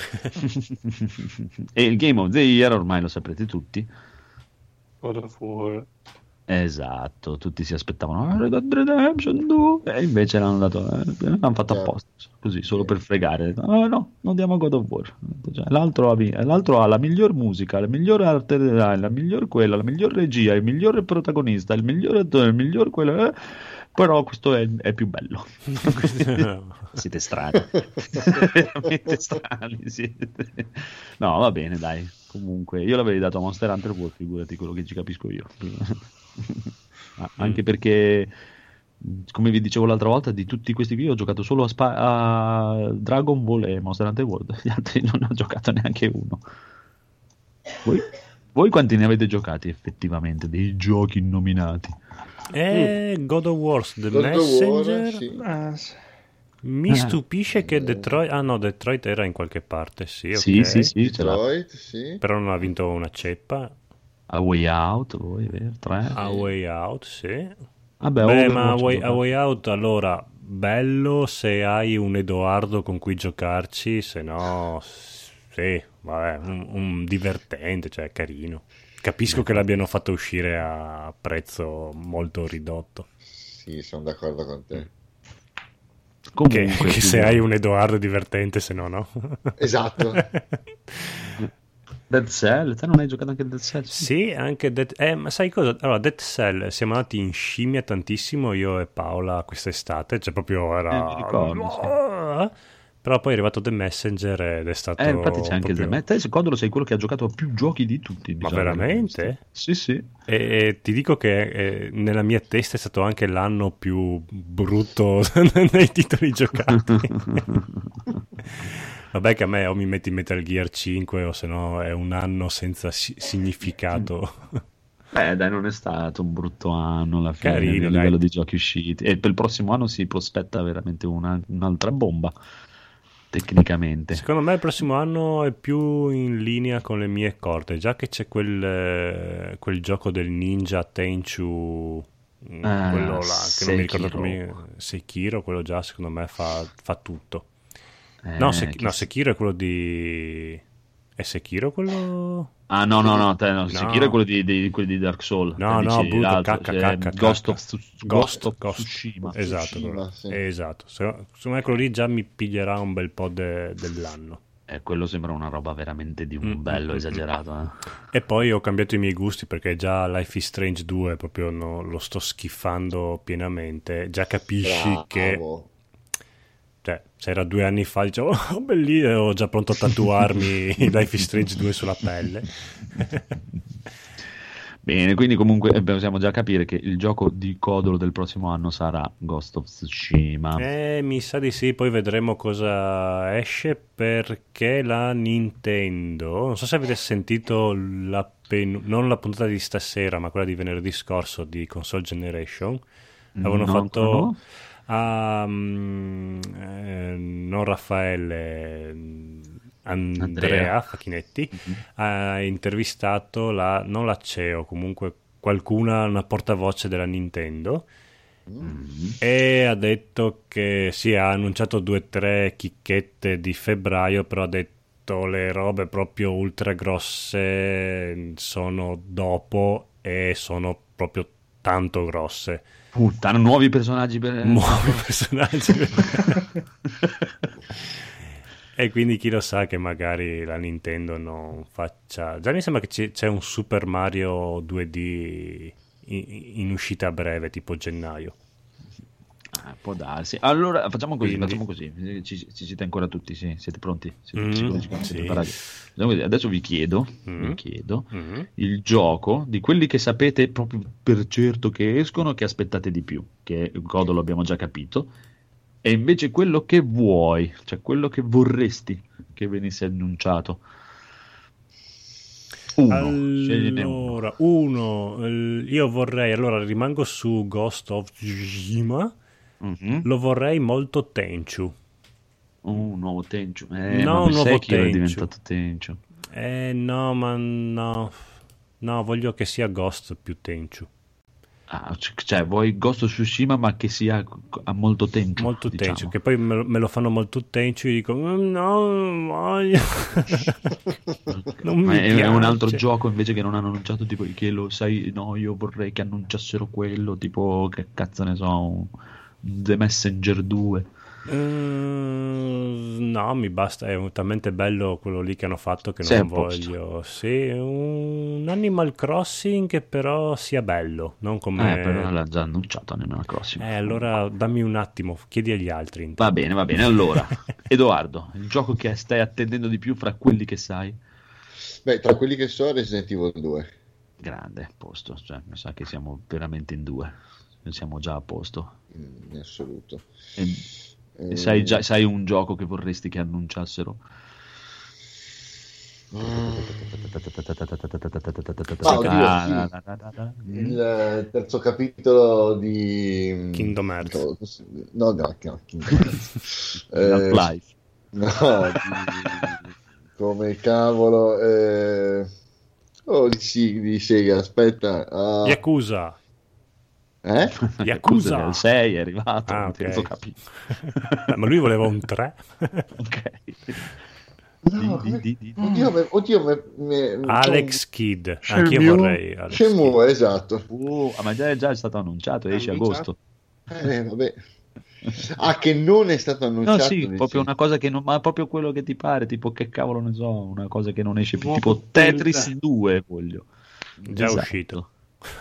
E il Game of the Year ormai lo saprete tutti. God of War. Esatto, tutti si aspettavano Red Dead Redemption 2 e invece l'hanno fatto apposta, così, solo per fregare. No, non diamo God of War. L'altro ha la miglior musica, la miglior arte design, la miglior quella, la miglior regia, il miglior protagonista, il miglior attore, il miglior quello, però questo è più bello. Siete strani. Veramente strani siete. No, va bene, dai. Comunque, io l'avrei dato a Monster Hunter World, figurati quello che ci capisco io. Anche perché, come vi dicevo l'altra volta, di tutti questi qui ho giocato solo a Dragon Ball e Monster Hunter World. Gli altri non ho giocato neanche uno. Voi quanti ne avete giocati effettivamente dei giochi innominati? God of War, The Messenger. Mi stupisce che Detroit era in qualche parte, sì, okay. Sì, Detroit, sì. Però non ha vinto una ceppa. A Way Out, vero? 3. A Way Out, sì. Vabbè, ma A Way Out, allora, bello se hai un Edoardo con cui giocarci, se no, sì, vabbè, un divertente, cioè carino. Capisco che l'abbiano fatto uscire a prezzo molto ridotto. Sì, sono d'accordo con te. Comunque, che se hai un Edoardo divertente, se no. Esatto. Dead Cell, te non hai giocato anche Dead Cell? Sì, anche ma sai cosa? Allora, Dead Cell siamo andati in scimmia tantissimo io e Paola quest'estate, cioè proprio era mi ricordo, sì. Però poi è arrivato The Messenger ed è stato infatti c'è anche The Messenger. Te secondo sei quello che ha giocato a più giochi di tutti, diciamo. Ma veramente? Sì. E ti dico che nella mia testa è stato anche l'anno più brutto nei titoli giocati. Vabbè che a me o mi metti Metal Gear 5 o se no è un anno senza significato. Dai, non è stato un brutto anno alla fine. Carino, a livello di giochi usciti, e per il prossimo anno si prospetta veramente un'altra bomba tecnicamente. Secondo me il prossimo anno è più in linea con le mie corde, già che c'è quel gioco del ninja Tenchu, quello là che non mi ricordo come, Sekiro, quello già secondo me fa tutto. No, Sekiro è quello di È Sekiro quello? Ah no, Sekiro è quello di Dark Souls. No, brutto, Ghost of Tsushima. Esatto, sì. Esatto. Secondo me quello lì già mi piglierà un bel po' dell'anno. Quello sembra una roba veramente di un bello esagerato. E poi ho cambiato i miei gusti perché già Life is Strange 2 proprio lo sto schiffando pienamente. Già capisci che... Cioè, se era 2 anni fa, dicevo, oh, bellissimo, ero già pronto a tatuarmi Life is Strange 2 sulla pelle. Bene, quindi comunque possiamo già capire che il gioco di codolo del prossimo anno sarà Ghost of Tsushima. Mi sa di sì, poi vedremo cosa esce, perché la Nintendo, non so se avete sentito non la puntata di stasera, ma quella di venerdì scorso di Console Generation, avevano fatto... non Raffaele, Andrea Facchinetti ha intervistato non la CEO, comunque qualcuna, una portavoce della Nintendo, e ha detto che sì, ha annunciato 2 o 3 chicchette di febbraio, però ha detto le robe proprio ultra grosse sono dopo e sono proprio tanto grosse. Puttana, nuovi personaggi e quindi chi lo sa che magari la Nintendo non faccia... Già mi sembra che c'è un Super Mario 2D in uscita a breve, tipo gennaio. Può darsi. Allora facciamo così. Ci siete ancora tutti? Sì? Siete pronti? Siete preparati? Adesso vi chiedo il gioco di quelli che sapete proprio per certo che escono, che aspettate di più, che Godo lo abbiamo già capito, e invece quello che vuoi, cioè quello che vorresti che venisse annunciato. Io vorrei, allora rimango su Ghost of Tsushima. Lo vorrei molto Tenchu. Un nuovo Tenchu. No, un nuovo Tenchu. È diventato Tenchu. No, voglio che sia Ghost più Tenchu. Cioè vuoi Ghost of Tsushima ma che sia a molto Tenchu. Molto diciamo. Tenchu, che poi me lo fanno molto Tenchu e dico no, voglio. Non mi piace. È un altro gioco invece che non hanno annunciato, tipo che lo sai, no, io vorrei che annunciassero quello, tipo che cazzo ne so, The Messenger 2. No, mi basta, è talmente bello quello lì che hanno fatto che non voglio. Sì, un Animal Crossing che però sia bello, non come... però l'ha già annunciato Animal Crossing. Allora dammi un attimo, chiedi agli altri intanto. Va bene, allora Edoardo, il gioco che stai attendendo di più fra quelli che sai? Beh, tra quelli che so, Resident Evil 2. Grande, posto, cioè mi sa che siamo veramente in 2, siamo già a posto. In assoluto. E sai un gioco che vorresti che annunciassero? Il terzo capitolo di Kingdom Hearts. No, Kingdom Hearts. Half-Life. No, come cavolo di Sega, aspetta. Yakuza. Yakuza il 6 è arrivato, okay. Ma lui voleva un 3. Ok. No, oddio, Alex Kidd, anch'io vorrei Alex Shenmue, esatto. Ma già è stato annunciato, esce agosto. Vabbè. Che non è stato annunciato. No, sì, proprio una cosa che non, ma proprio quello che ti pare, tipo che cavolo ne so, una cosa che non esce più, tipo Tetris 2 voglio. Già uscito.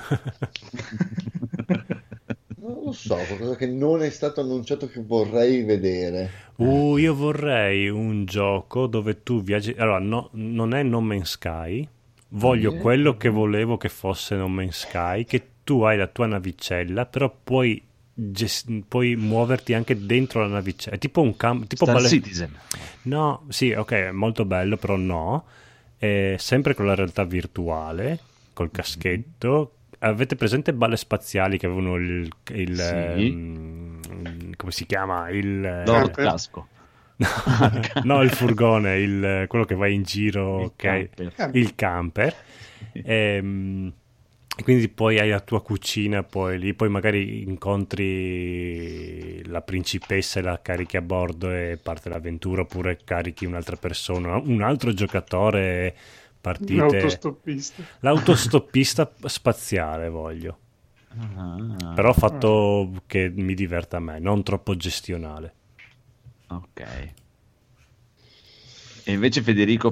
Non lo so, qualcosa che non è stato annunciato che vorrei vedere. Io vorrei un gioco dove tu viaggi. Allora, non è No Man's Sky. Voglio quello che volevo che fosse No Man's Sky, che tu hai la tua navicella, però puoi muoverti anche dentro la navicella. È tipo un tipo Star Citizen. No, sì, ok, molto bello, però no. È sempre con la realtà virtuale, col caschetto. Avete presente Balle Spaziali che avevano come si chiama? Il casco. No, il furgone, quello che va in giro, il camper. E quindi poi hai la tua cucina, poi lì poi magari incontri la principessa e la carichi a bordo e parte l'avventura, oppure carichi un'altra persona, un altro giocatore, partite. L'autostoppista spaziale voglio. Però fatto che mi diverta a me, non troppo gestionale. Ok. E invece Federico.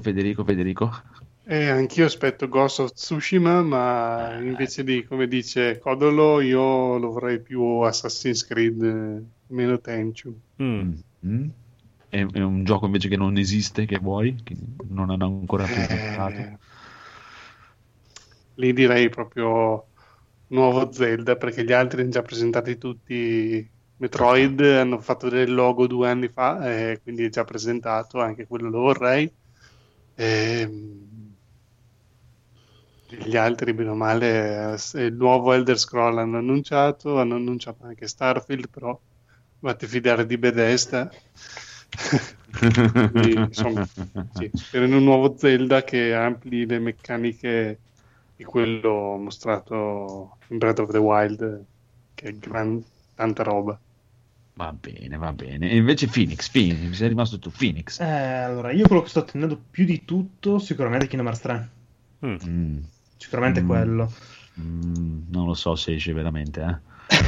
Anch'io aspetto Ghost of Tsushima, ma invece di, come dice Codolo, io lo vorrei più Assassin's Creed, meno Tenchu. È un gioco invece che non esiste, che vuoi, che non hanno ancora presentato. Lì direi proprio nuovo Zelda, perché gli altri hanno già presentati tutti. Metroid hanno fatto del logo 2 anni fa, quindi è già presentato, anche quello lo vorrei. Gli altri, bene o male, il nuovo Elder Scroll hanno annunciato anche Starfield, però vatti fidare di Bethesda. Quindi, insomma, sì, spero in un nuovo Zelda che ampli le meccaniche di quello mostrato in Breath of the Wild, che è tanta roba. Va bene. E invece Phoenix, mi sei rimasto tu, Phoenix. Allora, io quello che sto attendendo più di tutto sicuramente è Kingdom Hearts 3. Sicuramente quello. Non lo so se esce veramente,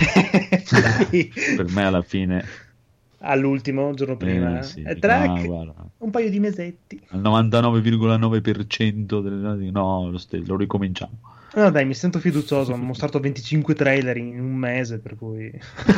Per me alla fine... All'ultimo, giorno prima. Sì. Un paio di mesetti. Al 99,9% lo ricominciamo. No dai, mi sento fiducioso, hanno mostrato 25 trailer in un mese, per cui...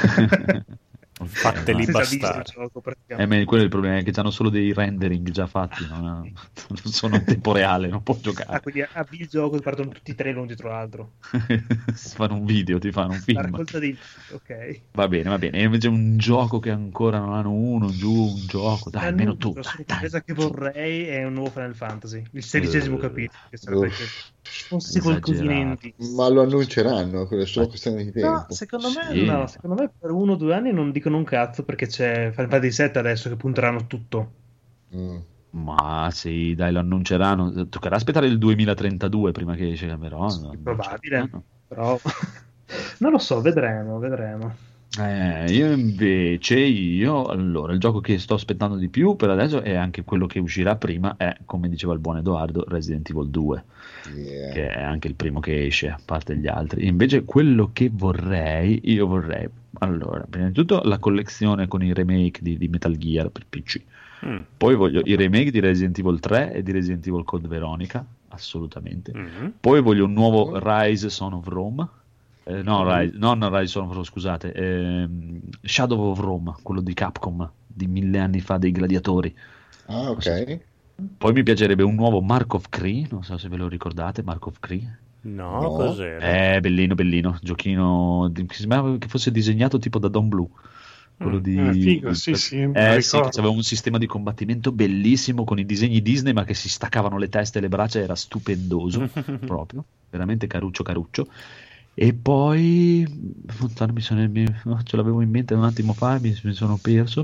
Fateli bastare. Quello è il problema, è che hanno solo dei rendering già fatti, non sono in tempo reale, non può giocare. Quindi avvi il gioco e partono tutti i tre l'uno dietro l'altro. Fanno un video, ti fanno un film. La raccolta dei... Ok. Va bene. E invece un gioco che ancora non hanno un gioco, dai, almeno tu. La sorpresa che vorrei è un nuovo Final Fantasy, il 16° capitolo, che sarebbe fosse qualcosina in più. Ma lo annunceranno, è solo questione di tempo. No, secondo me per 1 o 2 anni non dicono un cazzo, perché c'è Final Fantasy 7 adesso che punteranno tutto. Ma sì, dai, lo annunceranno. Toccherà aspettare il 2032 prima che esce, però sì, probabile, però non lo so, vedremo. Io invece, allora, il gioco che sto aspettando di più per adesso è anche quello che uscirà prima, è, come diceva il buon Edoardo, Resident Evil 2, che è anche il primo che esce, a parte gli altri. Invece quello che vorrei, allora, prima di tutto la collezione con i remake di Metal Gear per PC. Poi voglio i remake di Resident Evil 3 e di Resident Evil Code Veronica, assolutamente. Poi voglio un nuovo Rise Son of Rome. Non Rise Son of Rome, scusate, Shadow of Rome, quello di Capcom di 1000 anni fa, dei gladiatori. Ok. Poi mi piacerebbe un nuovo Mark of Cree, non so se ve lo ricordate, Mark of Cree. No, cos'era? Bellino, giochino che sembrava che fosse disegnato tipo da Don Bluth. Quello di... figo, sì, aveva un sistema di combattimento bellissimo con i disegni Disney, ma che si staccavano le teste e le braccia, era stupendoso proprio, veramente caruccio. E poi ce l'avevo in mente un attimo fa, mi sono perso.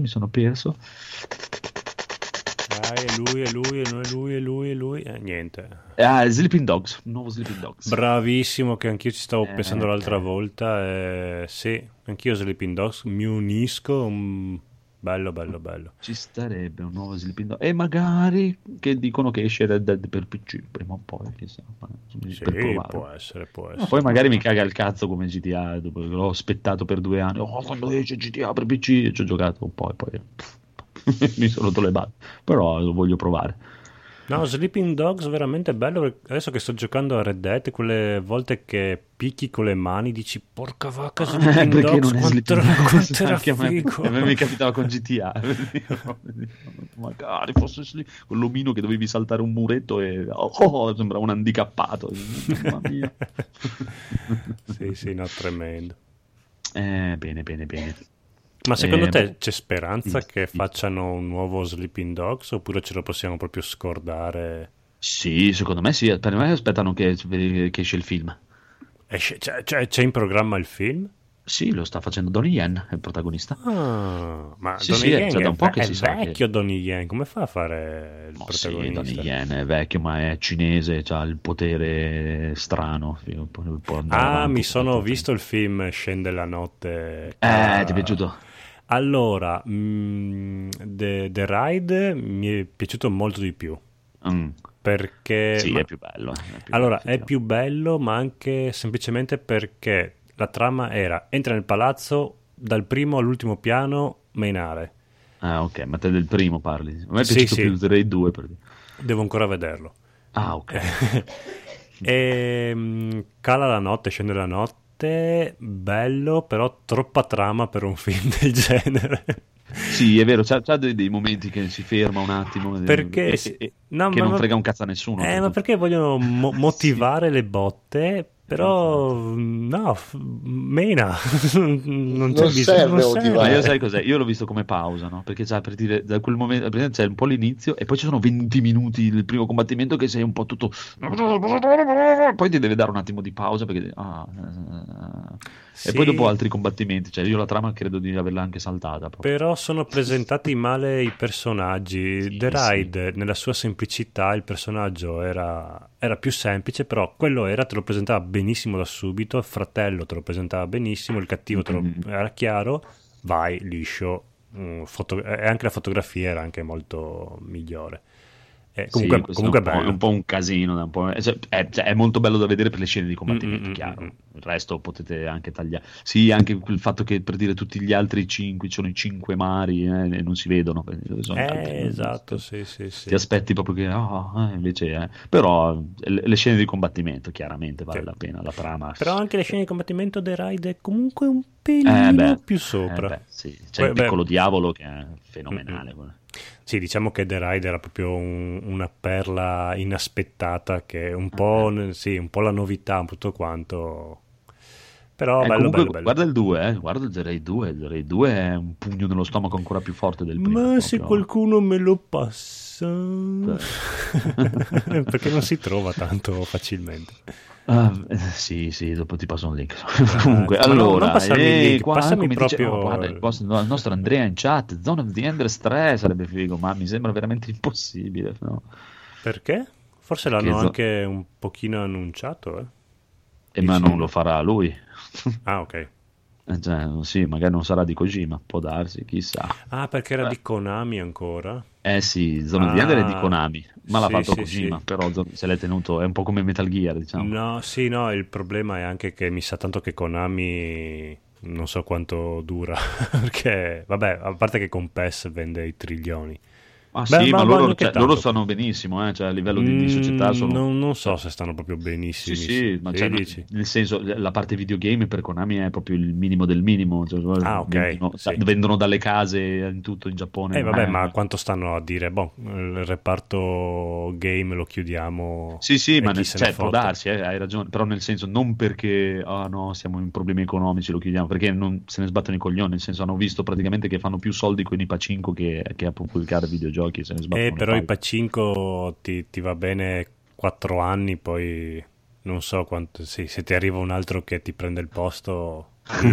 È lui. Niente. Sleeping Dogs, un nuovo Sleeping Dogs. Bravissimo, che anch'io ci stavo pensando l'altra volta. Sì, anch'io Sleeping Dogs, mi unisco. Bello. Ci starebbe un nuovo Sleeping Dogs. E magari che dicono che esce Red Dead per PC prima o poi, chissà. Sì, può essere. Poi magari mi caga il cazzo come GTA, dopo che l'ho aspettato per 2 anni. Quando esce GTA per PC, e ci ho giocato un po' e poi mi sono rotto le balle, però lo voglio provare. No, Sleeping Dogs veramente bello. Adesso che sto giocando a Red Dead, quelle volte che picchi con le mani dici porca vacca, Sleeping Dogs, quanto era figo. A me mi capitava con GTA. Magari fosse quell'omino che dovevi saltare un muretto e sembrava un handicappato. Mamma mia. Sì, no, tremendo. Bene. Ma secondo te c'è speranza che facciano un nuovo Sleeping Dogs, oppure ce lo possiamo proprio scordare? Sì, secondo me sì. Per me aspettano che esce il film. C'è in programma il film? Sì, lo sta facendo Donnie Yen, è il protagonista. Ma sì, Donnie Yen cioè, da un po' che è si sa vecchio che... Donnie Yen, come fa a fare il protagonista? Sì, Donnie Yen è vecchio, ma è cinese, ha il potere strano. Può andare avanti, mi sono visto il film Scende la notte. Ti è piaciuto? Allora, The Ride mi è piaciuto molto di più. Perché... Sì, è più bello. È più bello, ma anche semplicemente perché la trama era: entra nel palazzo, dal primo all'ultimo piano, menare. Ah, ok, ma te del primo parli. A me è piaciuto più The Raid 2. Devo ancora vederlo. Ah, ok. Cala la notte, scende la notte, bello, però troppa trama per un film del genere. Sì, è vero, c'ha dei momenti che si ferma un attimo perché non frega un cazzo a nessuno. Ma perché vogliono motivare le botte, però no, mena. non c'è serve bisogno. Ma io sai cos'è? Io l'ho visto come pausa, no? Perché per dire, da quel momento c'è un po' l'inizio e poi ci sono 20 minuti del primo combattimento che sei un po' tutto, poi ti deve dare un attimo di pausa perché sì. E poi dopo altri combattimenti, cioè io la trama credo di averla anche saltata proprio. Però sono presentati male i personaggi. The Ride, nella sua semplicità, il personaggio era più semplice, però quello te lo presentava benissimo da subito, il fratello te lo presentava benissimo, il cattivo era chiaro, vai liscio, e anche la fotografia era anche molto migliore. Comunque è un po' un casino, è molto bello da vedere per le scene di combattimento, chiaro. Il resto potete anche tagliare. Sì, anche il fatto che, per dire, tutti gli altri 5 sono i 5 mari e non si vedono. Esatto, sì. Ti aspetti proprio che invece però le scene di combattimento chiaramente vale la pena, la trama. Però anche le scene di combattimento The Ride è comunque un pelino più sopra. Sì. C'è il piccolo diavolo che è fenomenale. Sì, diciamo che The Ride era proprio una perla inaspettata, che è un po' la novità, un po' tutto quanto. Però bello. Guarda il 2, guarda il The Raid 2. Il The Raid 2 è un pugno nello stomaco ancora più forte del primo. Ma se qualcuno me lo passa... Perché non si trova tanto facilmente. Sì, dopo ti passo un link. Comunque, allora, passami proprio guarda, il nostro Andrea in chat, Zone of the Endless 3 sarebbe figo, ma mi sembra veramente impossibile, no? Perché? Forse l'hanno anche un pochino annunciato, ma non lo farà lui. Ah, ok. Sì, magari non sarà di Kojima, può darsi, chissà. Ah, perché era di Konami ancora? Sì, Zone of the Endless è di Konami, ma l'ha fatto Kojima, però se l'è tenuto, è un po' come Metal Gear, diciamo. No, il problema è anche che mi sa tanto che Konami non so quanto dura, perché, vabbè, a parte che con PES vende i trilioni. Ma loro stanno benissimo, cioè a livello di società sono... Non so se stanno proprio benissimo. Sì, ma nel senso, la parte videogame per Konami è proprio il minimo del minimo. Vendono dalle case in tutto in Giappone. Ma quanto stanno a dire? Il reparto game lo chiudiamo. Sì, ma può darsi, hai ragione, però nel senso non perché siamo in problemi economici lo chiudiamo, perché non se ne sbattono i coglioni, nel senso hanno visto praticamente che fanno più soldi con i Pacinco che a pubblicare videogiochi. Però i Pacinco ti va bene 4 anni, poi non so quanto, se ti arriva un altro che ti prende il posto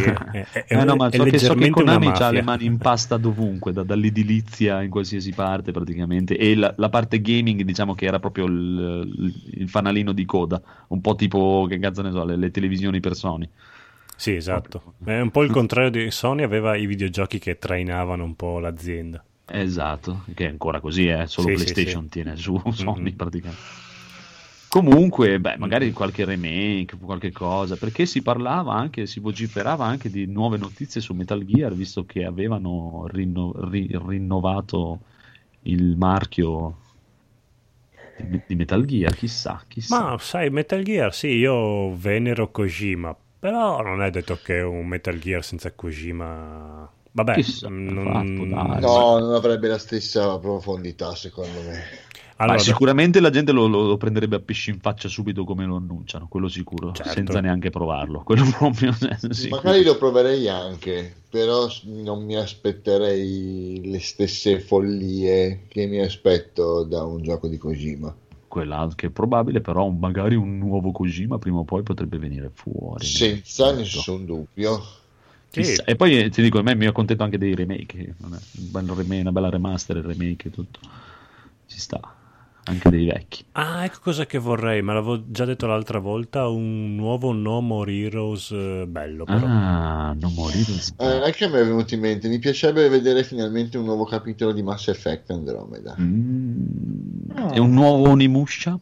so che Konami ha le mani in pasta dovunque, dall'edilizia in qualsiasi parte praticamente, e la parte gaming diciamo che era proprio il fanalino di coda, un po' tipo, che cazzo ne so, le televisioni per Sony. Sì, esatto, è un po' il contrario di Sony, aveva i videogiochi che trainavano un po' l'azienda. Esatto, che è ancora così, solo PlayStation tiene su Sony praticamente. Comunque, magari qualche remake, qualche cosa, perché si vociferava anche di nuove notizie su Metal Gear, visto che avevano rinnovato il marchio di Metal Gear, chissà. Ma sai, Metal Gear, sì, io venero Kojima, però non è detto che un Metal Gear senza Kojima... Vabbè, non avrebbe la stessa profondità, secondo me. Allora, sicuramente la gente lo prenderebbe a pesci in faccia subito come lo annunciano, quello sicuro, certo. Senza neanche provarlo. Quello proprio magari lo proverei anche, però non mi aspetterei le stesse follie che mi aspetto da un gioco di Kojima. Quella che è probabile, però magari un nuovo Kojima prima o poi potrebbe venire fuori. Senza nessun dubbio. Chissà. E poi ti dico, a me mi accontento anche dei remake, un bel remake, una bella remaster, il remake e tutto, ci sta, anche dei vecchi. Ecco cosa che vorrei, ma l'avevo già detto l'altra volta, un nuovo No More Heroes bello però. No More Heroes anche a me è venuto in mente, mi piacerebbe vedere finalmente un nuovo capitolo di Mass Effect Andromeda. E un nuovo Onimusha.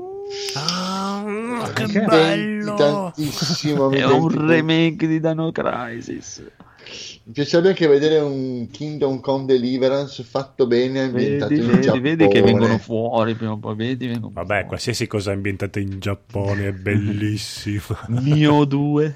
Che bello! Tantissimo. È un remake di Dino Crisis. Mi piacerebbe anche vedere un Kingdom Come Deliverance fatto bene, ambientato in Giappone. Vedi che vengono fuori prima o poi. Vabbè, fuori. qualsiasi cosa ambientata in Giappone è bellissima. Nioh 2.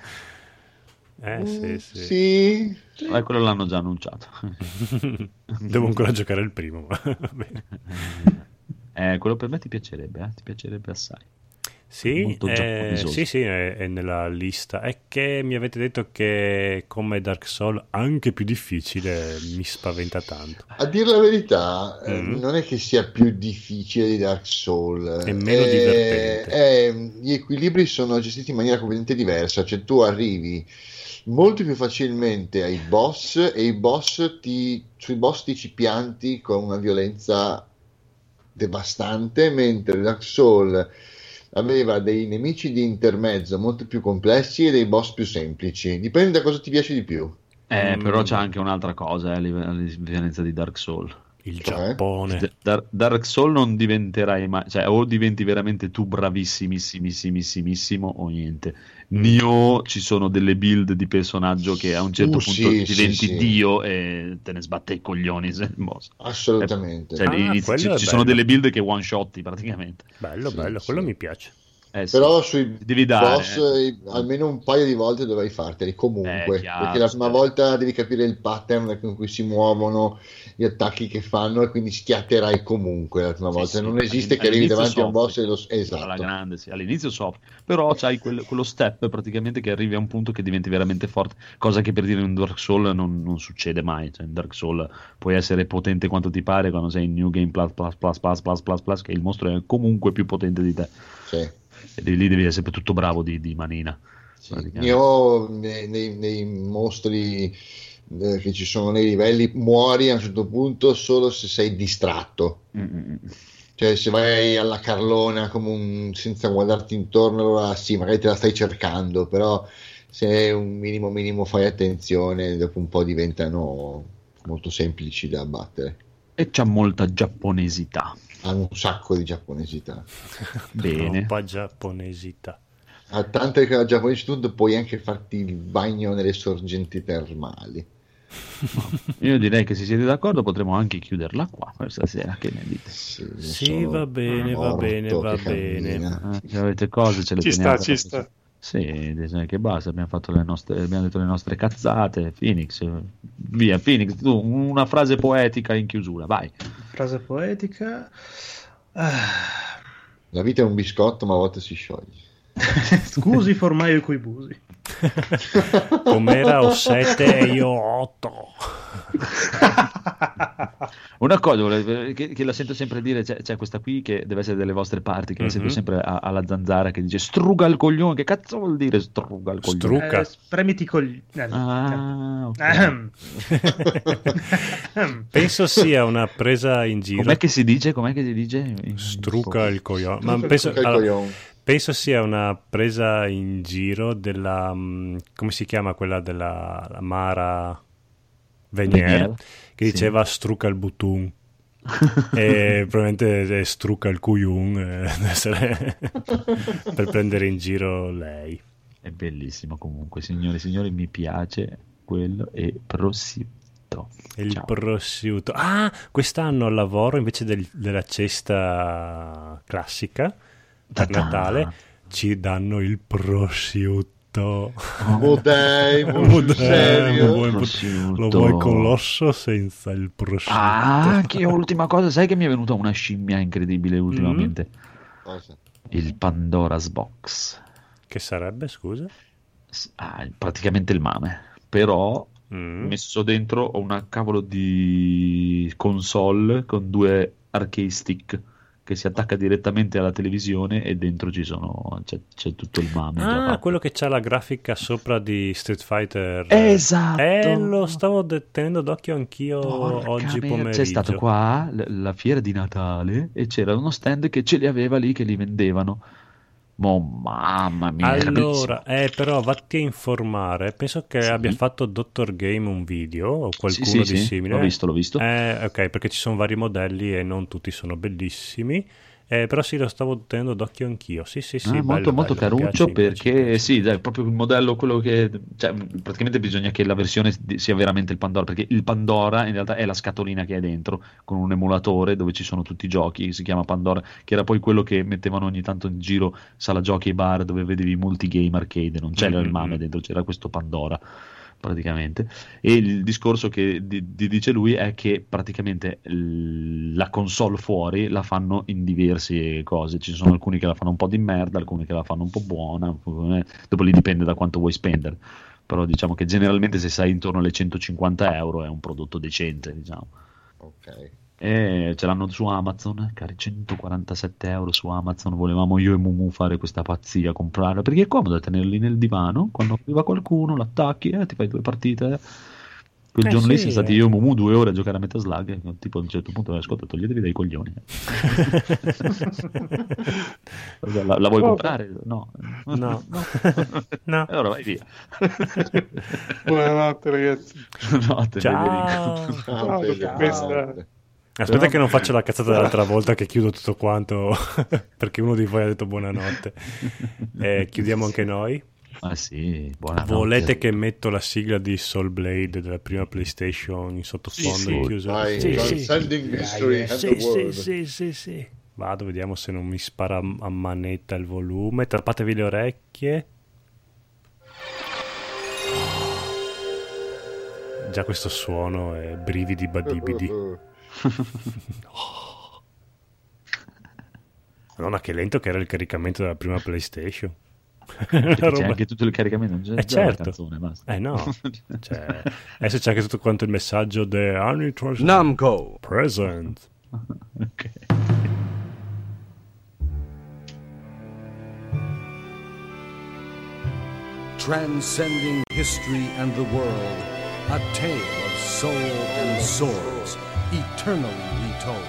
Sì. Quello l'hanno già annunciato. Devo ancora giocare il primo. Ma va bene. Quello per me ti piacerebbe assai. Sì, sì, è nella lista. È che mi avete detto che come Dark Souls anche più difficile, mi spaventa tanto. A dire la verità, non è che sia più difficile di Dark Souls, è meno divertente. Gli equilibri sono gestiti in maniera completamente diversa, cioè tu arrivi molto più facilmente ai boss e sui boss ti ci pianti con una violenza devastante, mentre Dark Souls aveva dei nemici di intermezzo molto più complessi e dei boss più semplici, dipende da cosa ti piace di più. Però c'è anche un'altra cosa a differenza di Dark Souls. Il Giappone. Dark Souls non diventerai mai, cioè o diventi veramente tu bravissimissimissimo o niente. Nioh ci sono delle build di personaggio che a un certo punto diventi Dio e te ne sbatte i coglioni se il boss. Assolutamente. Ci sono delle build che one shotti praticamente. Bello, quello mi piace. Però sui devi dare, boss almeno un paio di volte dovrai farteli comunque, perché la prima volta devi capire il pattern con cui si muovono, gli attacchi che fanno, e quindi schiatterai comunque la prima volta. Non esiste che arrivi davanti a un boss e esatto. Alla grande, all'inizio soffri, però c'hai quello step praticamente che arrivi a un punto che diventi veramente forte, cosa che per dire in Dark Souls non succede mai. Cioè, in Dark Souls puoi essere potente quanto ti pare, quando sei in New Game Plus, che il mostro è comunque più potente di te. Sì. E lì devi essere tutto bravo di manina. Io nei mostri che ci sono nei livelli muori a un certo punto solo se sei distratto. Cioè se vai alla carlona senza guardarti intorno, allora sì, magari te la stai cercando, però se un minimo fai attenzione, dopo un po' diventano molto semplici da abbattere. E c'ha molta giapponesità. Hanno un sacco di giapponesità. Bene. Un po' giapponesità. A tante che la giapponesità puoi anche farti il bagno nelle sorgenti termali. Io direi che se siete d'accordo potremo anche chiuderla qua questa sera, che ne dite? Sì, va bene. Se avete cose ce le ci sta. Sì, che basta, abbiamo detto le nostre cazzate. Phoenix, via. Phoenix, tu una frase poetica in chiusura, vai. Frase poetica. La vita è un biscotto, ma a volte si scioglie. Scusi, formaio coi busi. Com'era? Ho 7 e io 8. Una cosa che la sento sempre dire, c'è questa qui che deve essere delle vostre parti, che la sento sempre alla Zanzara, che dice struga il coglione. Che cazzo vuol dire struga il coglione? Spremiti coglione. Okay. Penso sia una presa in giro. Com'è che si dice? Struca il coglione. Ma penso sia una presa in giro della come si chiama quella della Mara Venier, che diceva struca il butun. E probabilmente struca il cuyun per prendere in giro lei. È bellissimo comunque, signore e signori, mi piace quello. E prosciutto. Prosciutto. Quest'anno al lavoro invece della cesta classica per Natale ci danno il prosciutto. Dai, serio? Lo vuoi con l'osso senza il prosciutto? Che ultima cosa, sai che mi è venuta una scimmia incredibile ultimamente? Il Pandora's Box. Che sarebbe, scusa? Praticamente il mame, però messo dentro una cavolo di console con 2 arcade stick che si attacca direttamente alla televisione e dentro c'è tutto il mame. Quello che c'ha la grafica sopra di Street Fighter. Esatto. Lo stavo tenendo d'occhio anch'io. Porca oggi pomeriggio. C'è stato qua la fiera di Natale e c'era uno stand che ce li aveva lì, che li vendevano. Mamma mia. Allora, però vatti a informare. Penso che abbia fatto Dr. Game un video o qualcuno di simile. L'ho visto. Ok, perché ci sono vari modelli e non tutti sono bellissimi. Però sì, lo stavo tenendo d'occhio anch'io. Sì, molto bello, caruccio, perché sì, dai, proprio il modello, quello che praticamente bisogna che la versione sia veramente il Pandora, perché il Pandora in realtà è la scatolina che è dentro con un emulatore dove ci sono tutti i giochi, si chiama Pandora, che era poi quello che mettevano ogni tanto in giro sala giochi e bar dove vedevi molti game arcade, non c'era il mame dentro, c'era questo Pandora praticamente. E il discorso che dice lui è che praticamente la console fuori la fanno in diverse cose, ci sono alcuni che la fanno un po' di merda, alcuni che la fanno un po' buona, dopo lì dipende da quanto vuoi spendere, però diciamo che generalmente se sei intorno alle 150 euro è un prodotto decente, diciamo. Ok. E ce l'hanno su Amazon, cari, 147 euro su Amazon. Volevamo io e Mumu fare questa pazzia, comprarla, perché è comodo tenerli nel divano, quando arriva qualcuno l'attacchi e ti fai 2 partite. Quel giorno lì siamo stati io e Mumu 2 ore a giocare a Metal Slug, tipo a un certo punto ascolta, toglietevi dai coglioni. La vuoi comprare? No. Allora vai via. Buonanotte ragazzi. Buonanotte, Ciao. Aspetta che non faccio la cazzata dell'altra volta che chiudo tutto quanto perché uno di voi ha detto buonanotte. Chiudiamo anche noi. Sì, buonanotte. Volete che metto la sigla di Soul Blade della prima PlayStation in sottofondo? Sì. Vado, vediamo se non mi spara a manetta il volume. Tappatevi le orecchie. Già questo suono è brividi badibidi. Madonna, che lento che era il caricamento della prima PlayStation. C'è anche tutto il caricamento, non c'è certo. la canzone, basta. No, adesso c'è anche tutto quanto il messaggio The Antitrust Namco Present. Ok. Transcending history and the world, a tale of soul and swords, eternally retold.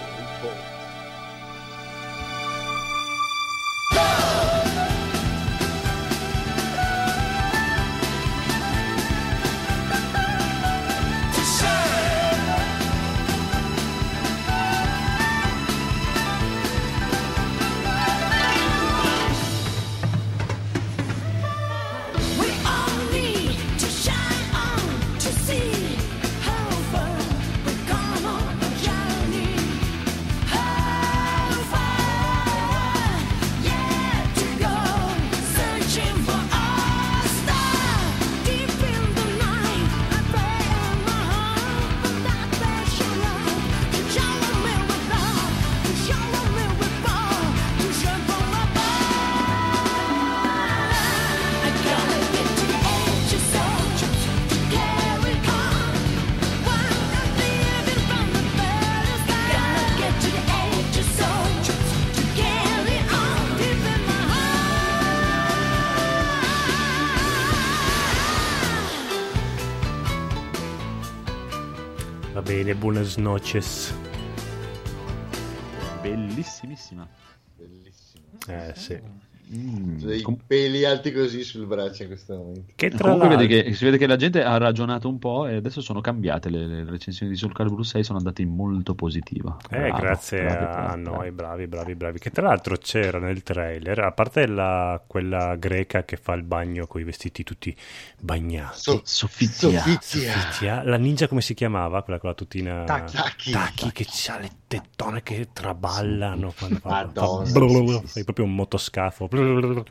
Bene, buenas noches. Bellissimissima. Sì. Dei peli alti così sul braccio in questo momento. Che tra Comunque l'altro... si vede che la gente ha ragionato un po' e adesso sono cambiate le recensioni di Soul Calibur 6, sono andate in molto positiva. Grazie a noi, bravi. Che tra l'altro c'era nel trailer, a parte quella greca che fa il bagno con i vestiti tutti bagnati. Sofizia. La ninja come si chiamava? Quella con la tutina... Taki, che c'ha le tettone che traballano quando fa sì. proprio un motoscafo. Gli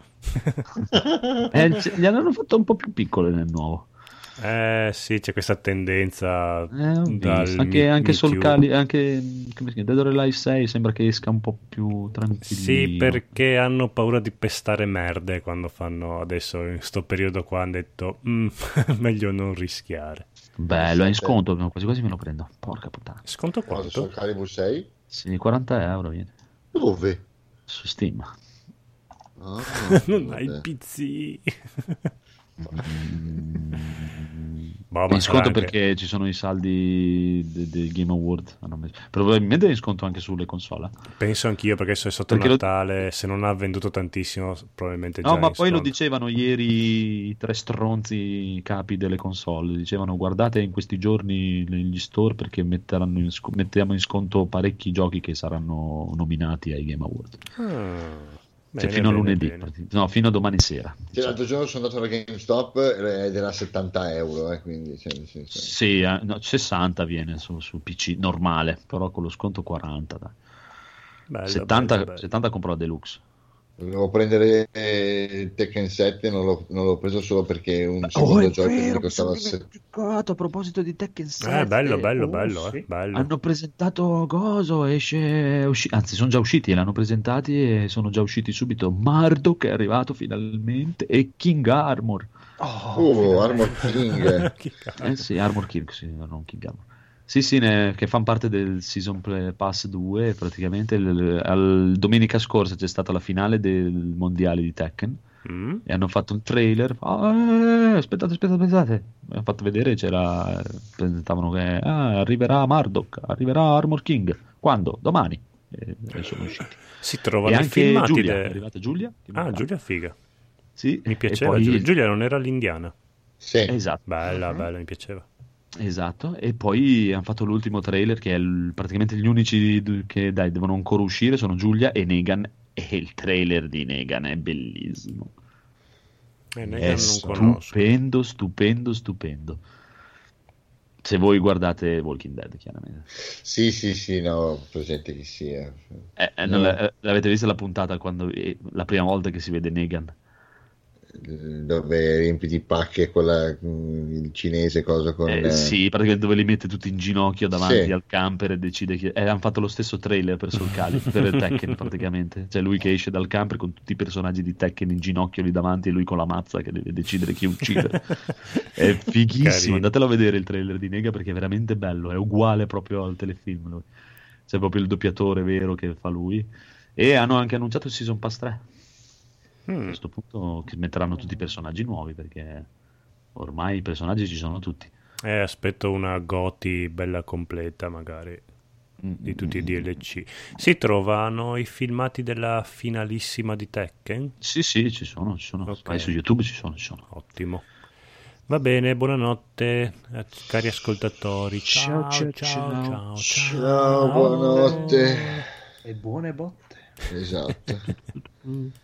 hanno fatto un po' più piccole nel nuovo. Sì, c'è questa tendenza anche Soul Calibur, anche come si chiama? Dead or Alive 6 sembra che esca un po' più tranquillo. Sì, perché hanno paura di pestare merde quando fanno adesso in sto periodo qua, hanno detto meglio non rischiare. Bello, è in sconto, quasi quasi me lo prendo. Porca puttana. Sconto quanto? Soul Calibur 6? Sì, 40 euro viene. Dove? Su Steam. Non hai il PC. In sconto perché ci sono i saldi del Game Award. Probabilmente in sconto anche sulle console. Penso anch'io, perché se è sotto Natale, se non ha venduto tantissimo, probabilmente già. No, ma poi sconto. lo dicevano ieri i 3 stronzi capi delle console. Dicevano: guardate in questi giorni negli store perché mettiamo in sconto parecchi giochi che saranno nominati ai Game Award. Fino a lunedì, no, fino a domani sera. L'altro giorno sono andato alla GameStop ed era €70, quindi sì, no, 60 viene su PC normale, però con lo sconto 40. Dai. Bello, 70 compro la Deluxe. Volevo prendere Tekken 7, non l'ho preso solo perché un secondo gioco mi costava a proposito di Tekken 7, bello, sì. Bello. Hanno presentato coso, anzi sono già usciti, l'hanno presentati e sono già usciti subito Marduk è arrivato finalmente e King Armor. Armor King. Sì, Armor King, sì, non King Armor. Sì, che fanno parte del Season Pass 2. Praticamente domenica scorsa c'è stata la finale del mondiale di Tekken e hanno fatto un trailer. Aspettate. Hanno fatto vedere, presentavano che arriverà Marduk, arriverà Armor King. Quando? Domani. E sono usciti. Si trovano e anche filmati Giulia, è arrivata Giulia. Giulia figa. Sì, mi piaceva. Poi... Giulia non era l'indiana? Sì. Esatto. Bella, mi piaceva. Esatto, e poi hanno fatto l'ultimo trailer che è praticamente gli unici che devono ancora uscire sono Giulia e Negan, e il trailer di Negan è bellissimo. Negan è stupendo. Se voi guardate Walking Dead, chiaramente. Sì, no, presente chi sia. L'avete vista la puntata quando la prima volta che si vede Negan? Dove riempi di pacche il cinese cosa con sì, praticamente dove li mette tutti in ginocchio davanti al camper e decide che hanno fatto lo stesso trailer per Soul Calibur per Tekken praticamente, cioè lui che esce dal camper con tutti i personaggi di Tekken in ginocchio lì davanti e lui con la mazza che deve decidere chi uccidere. È fighissimo. Carino. Andatelo a vedere il trailer di Nega perché è veramente bello, è uguale proprio al telefilm lui. C'è proprio il doppiatore vero che fa lui e hanno anche annunciato il Season Pass 3. A questo punto che metteranno tutti i personaggi nuovi perché ormai i personaggi ci sono tutti. Aspetto una GOTY bella completa magari di tutti i DLC. Si trovano i filmati della finalissima di Tekken? Sì, ci sono. Okay. Su YouTube ci sono. Ottimo. Va bene, buonanotte cari ascoltatori. Ciao, buonanotte e buone botte. Esatto.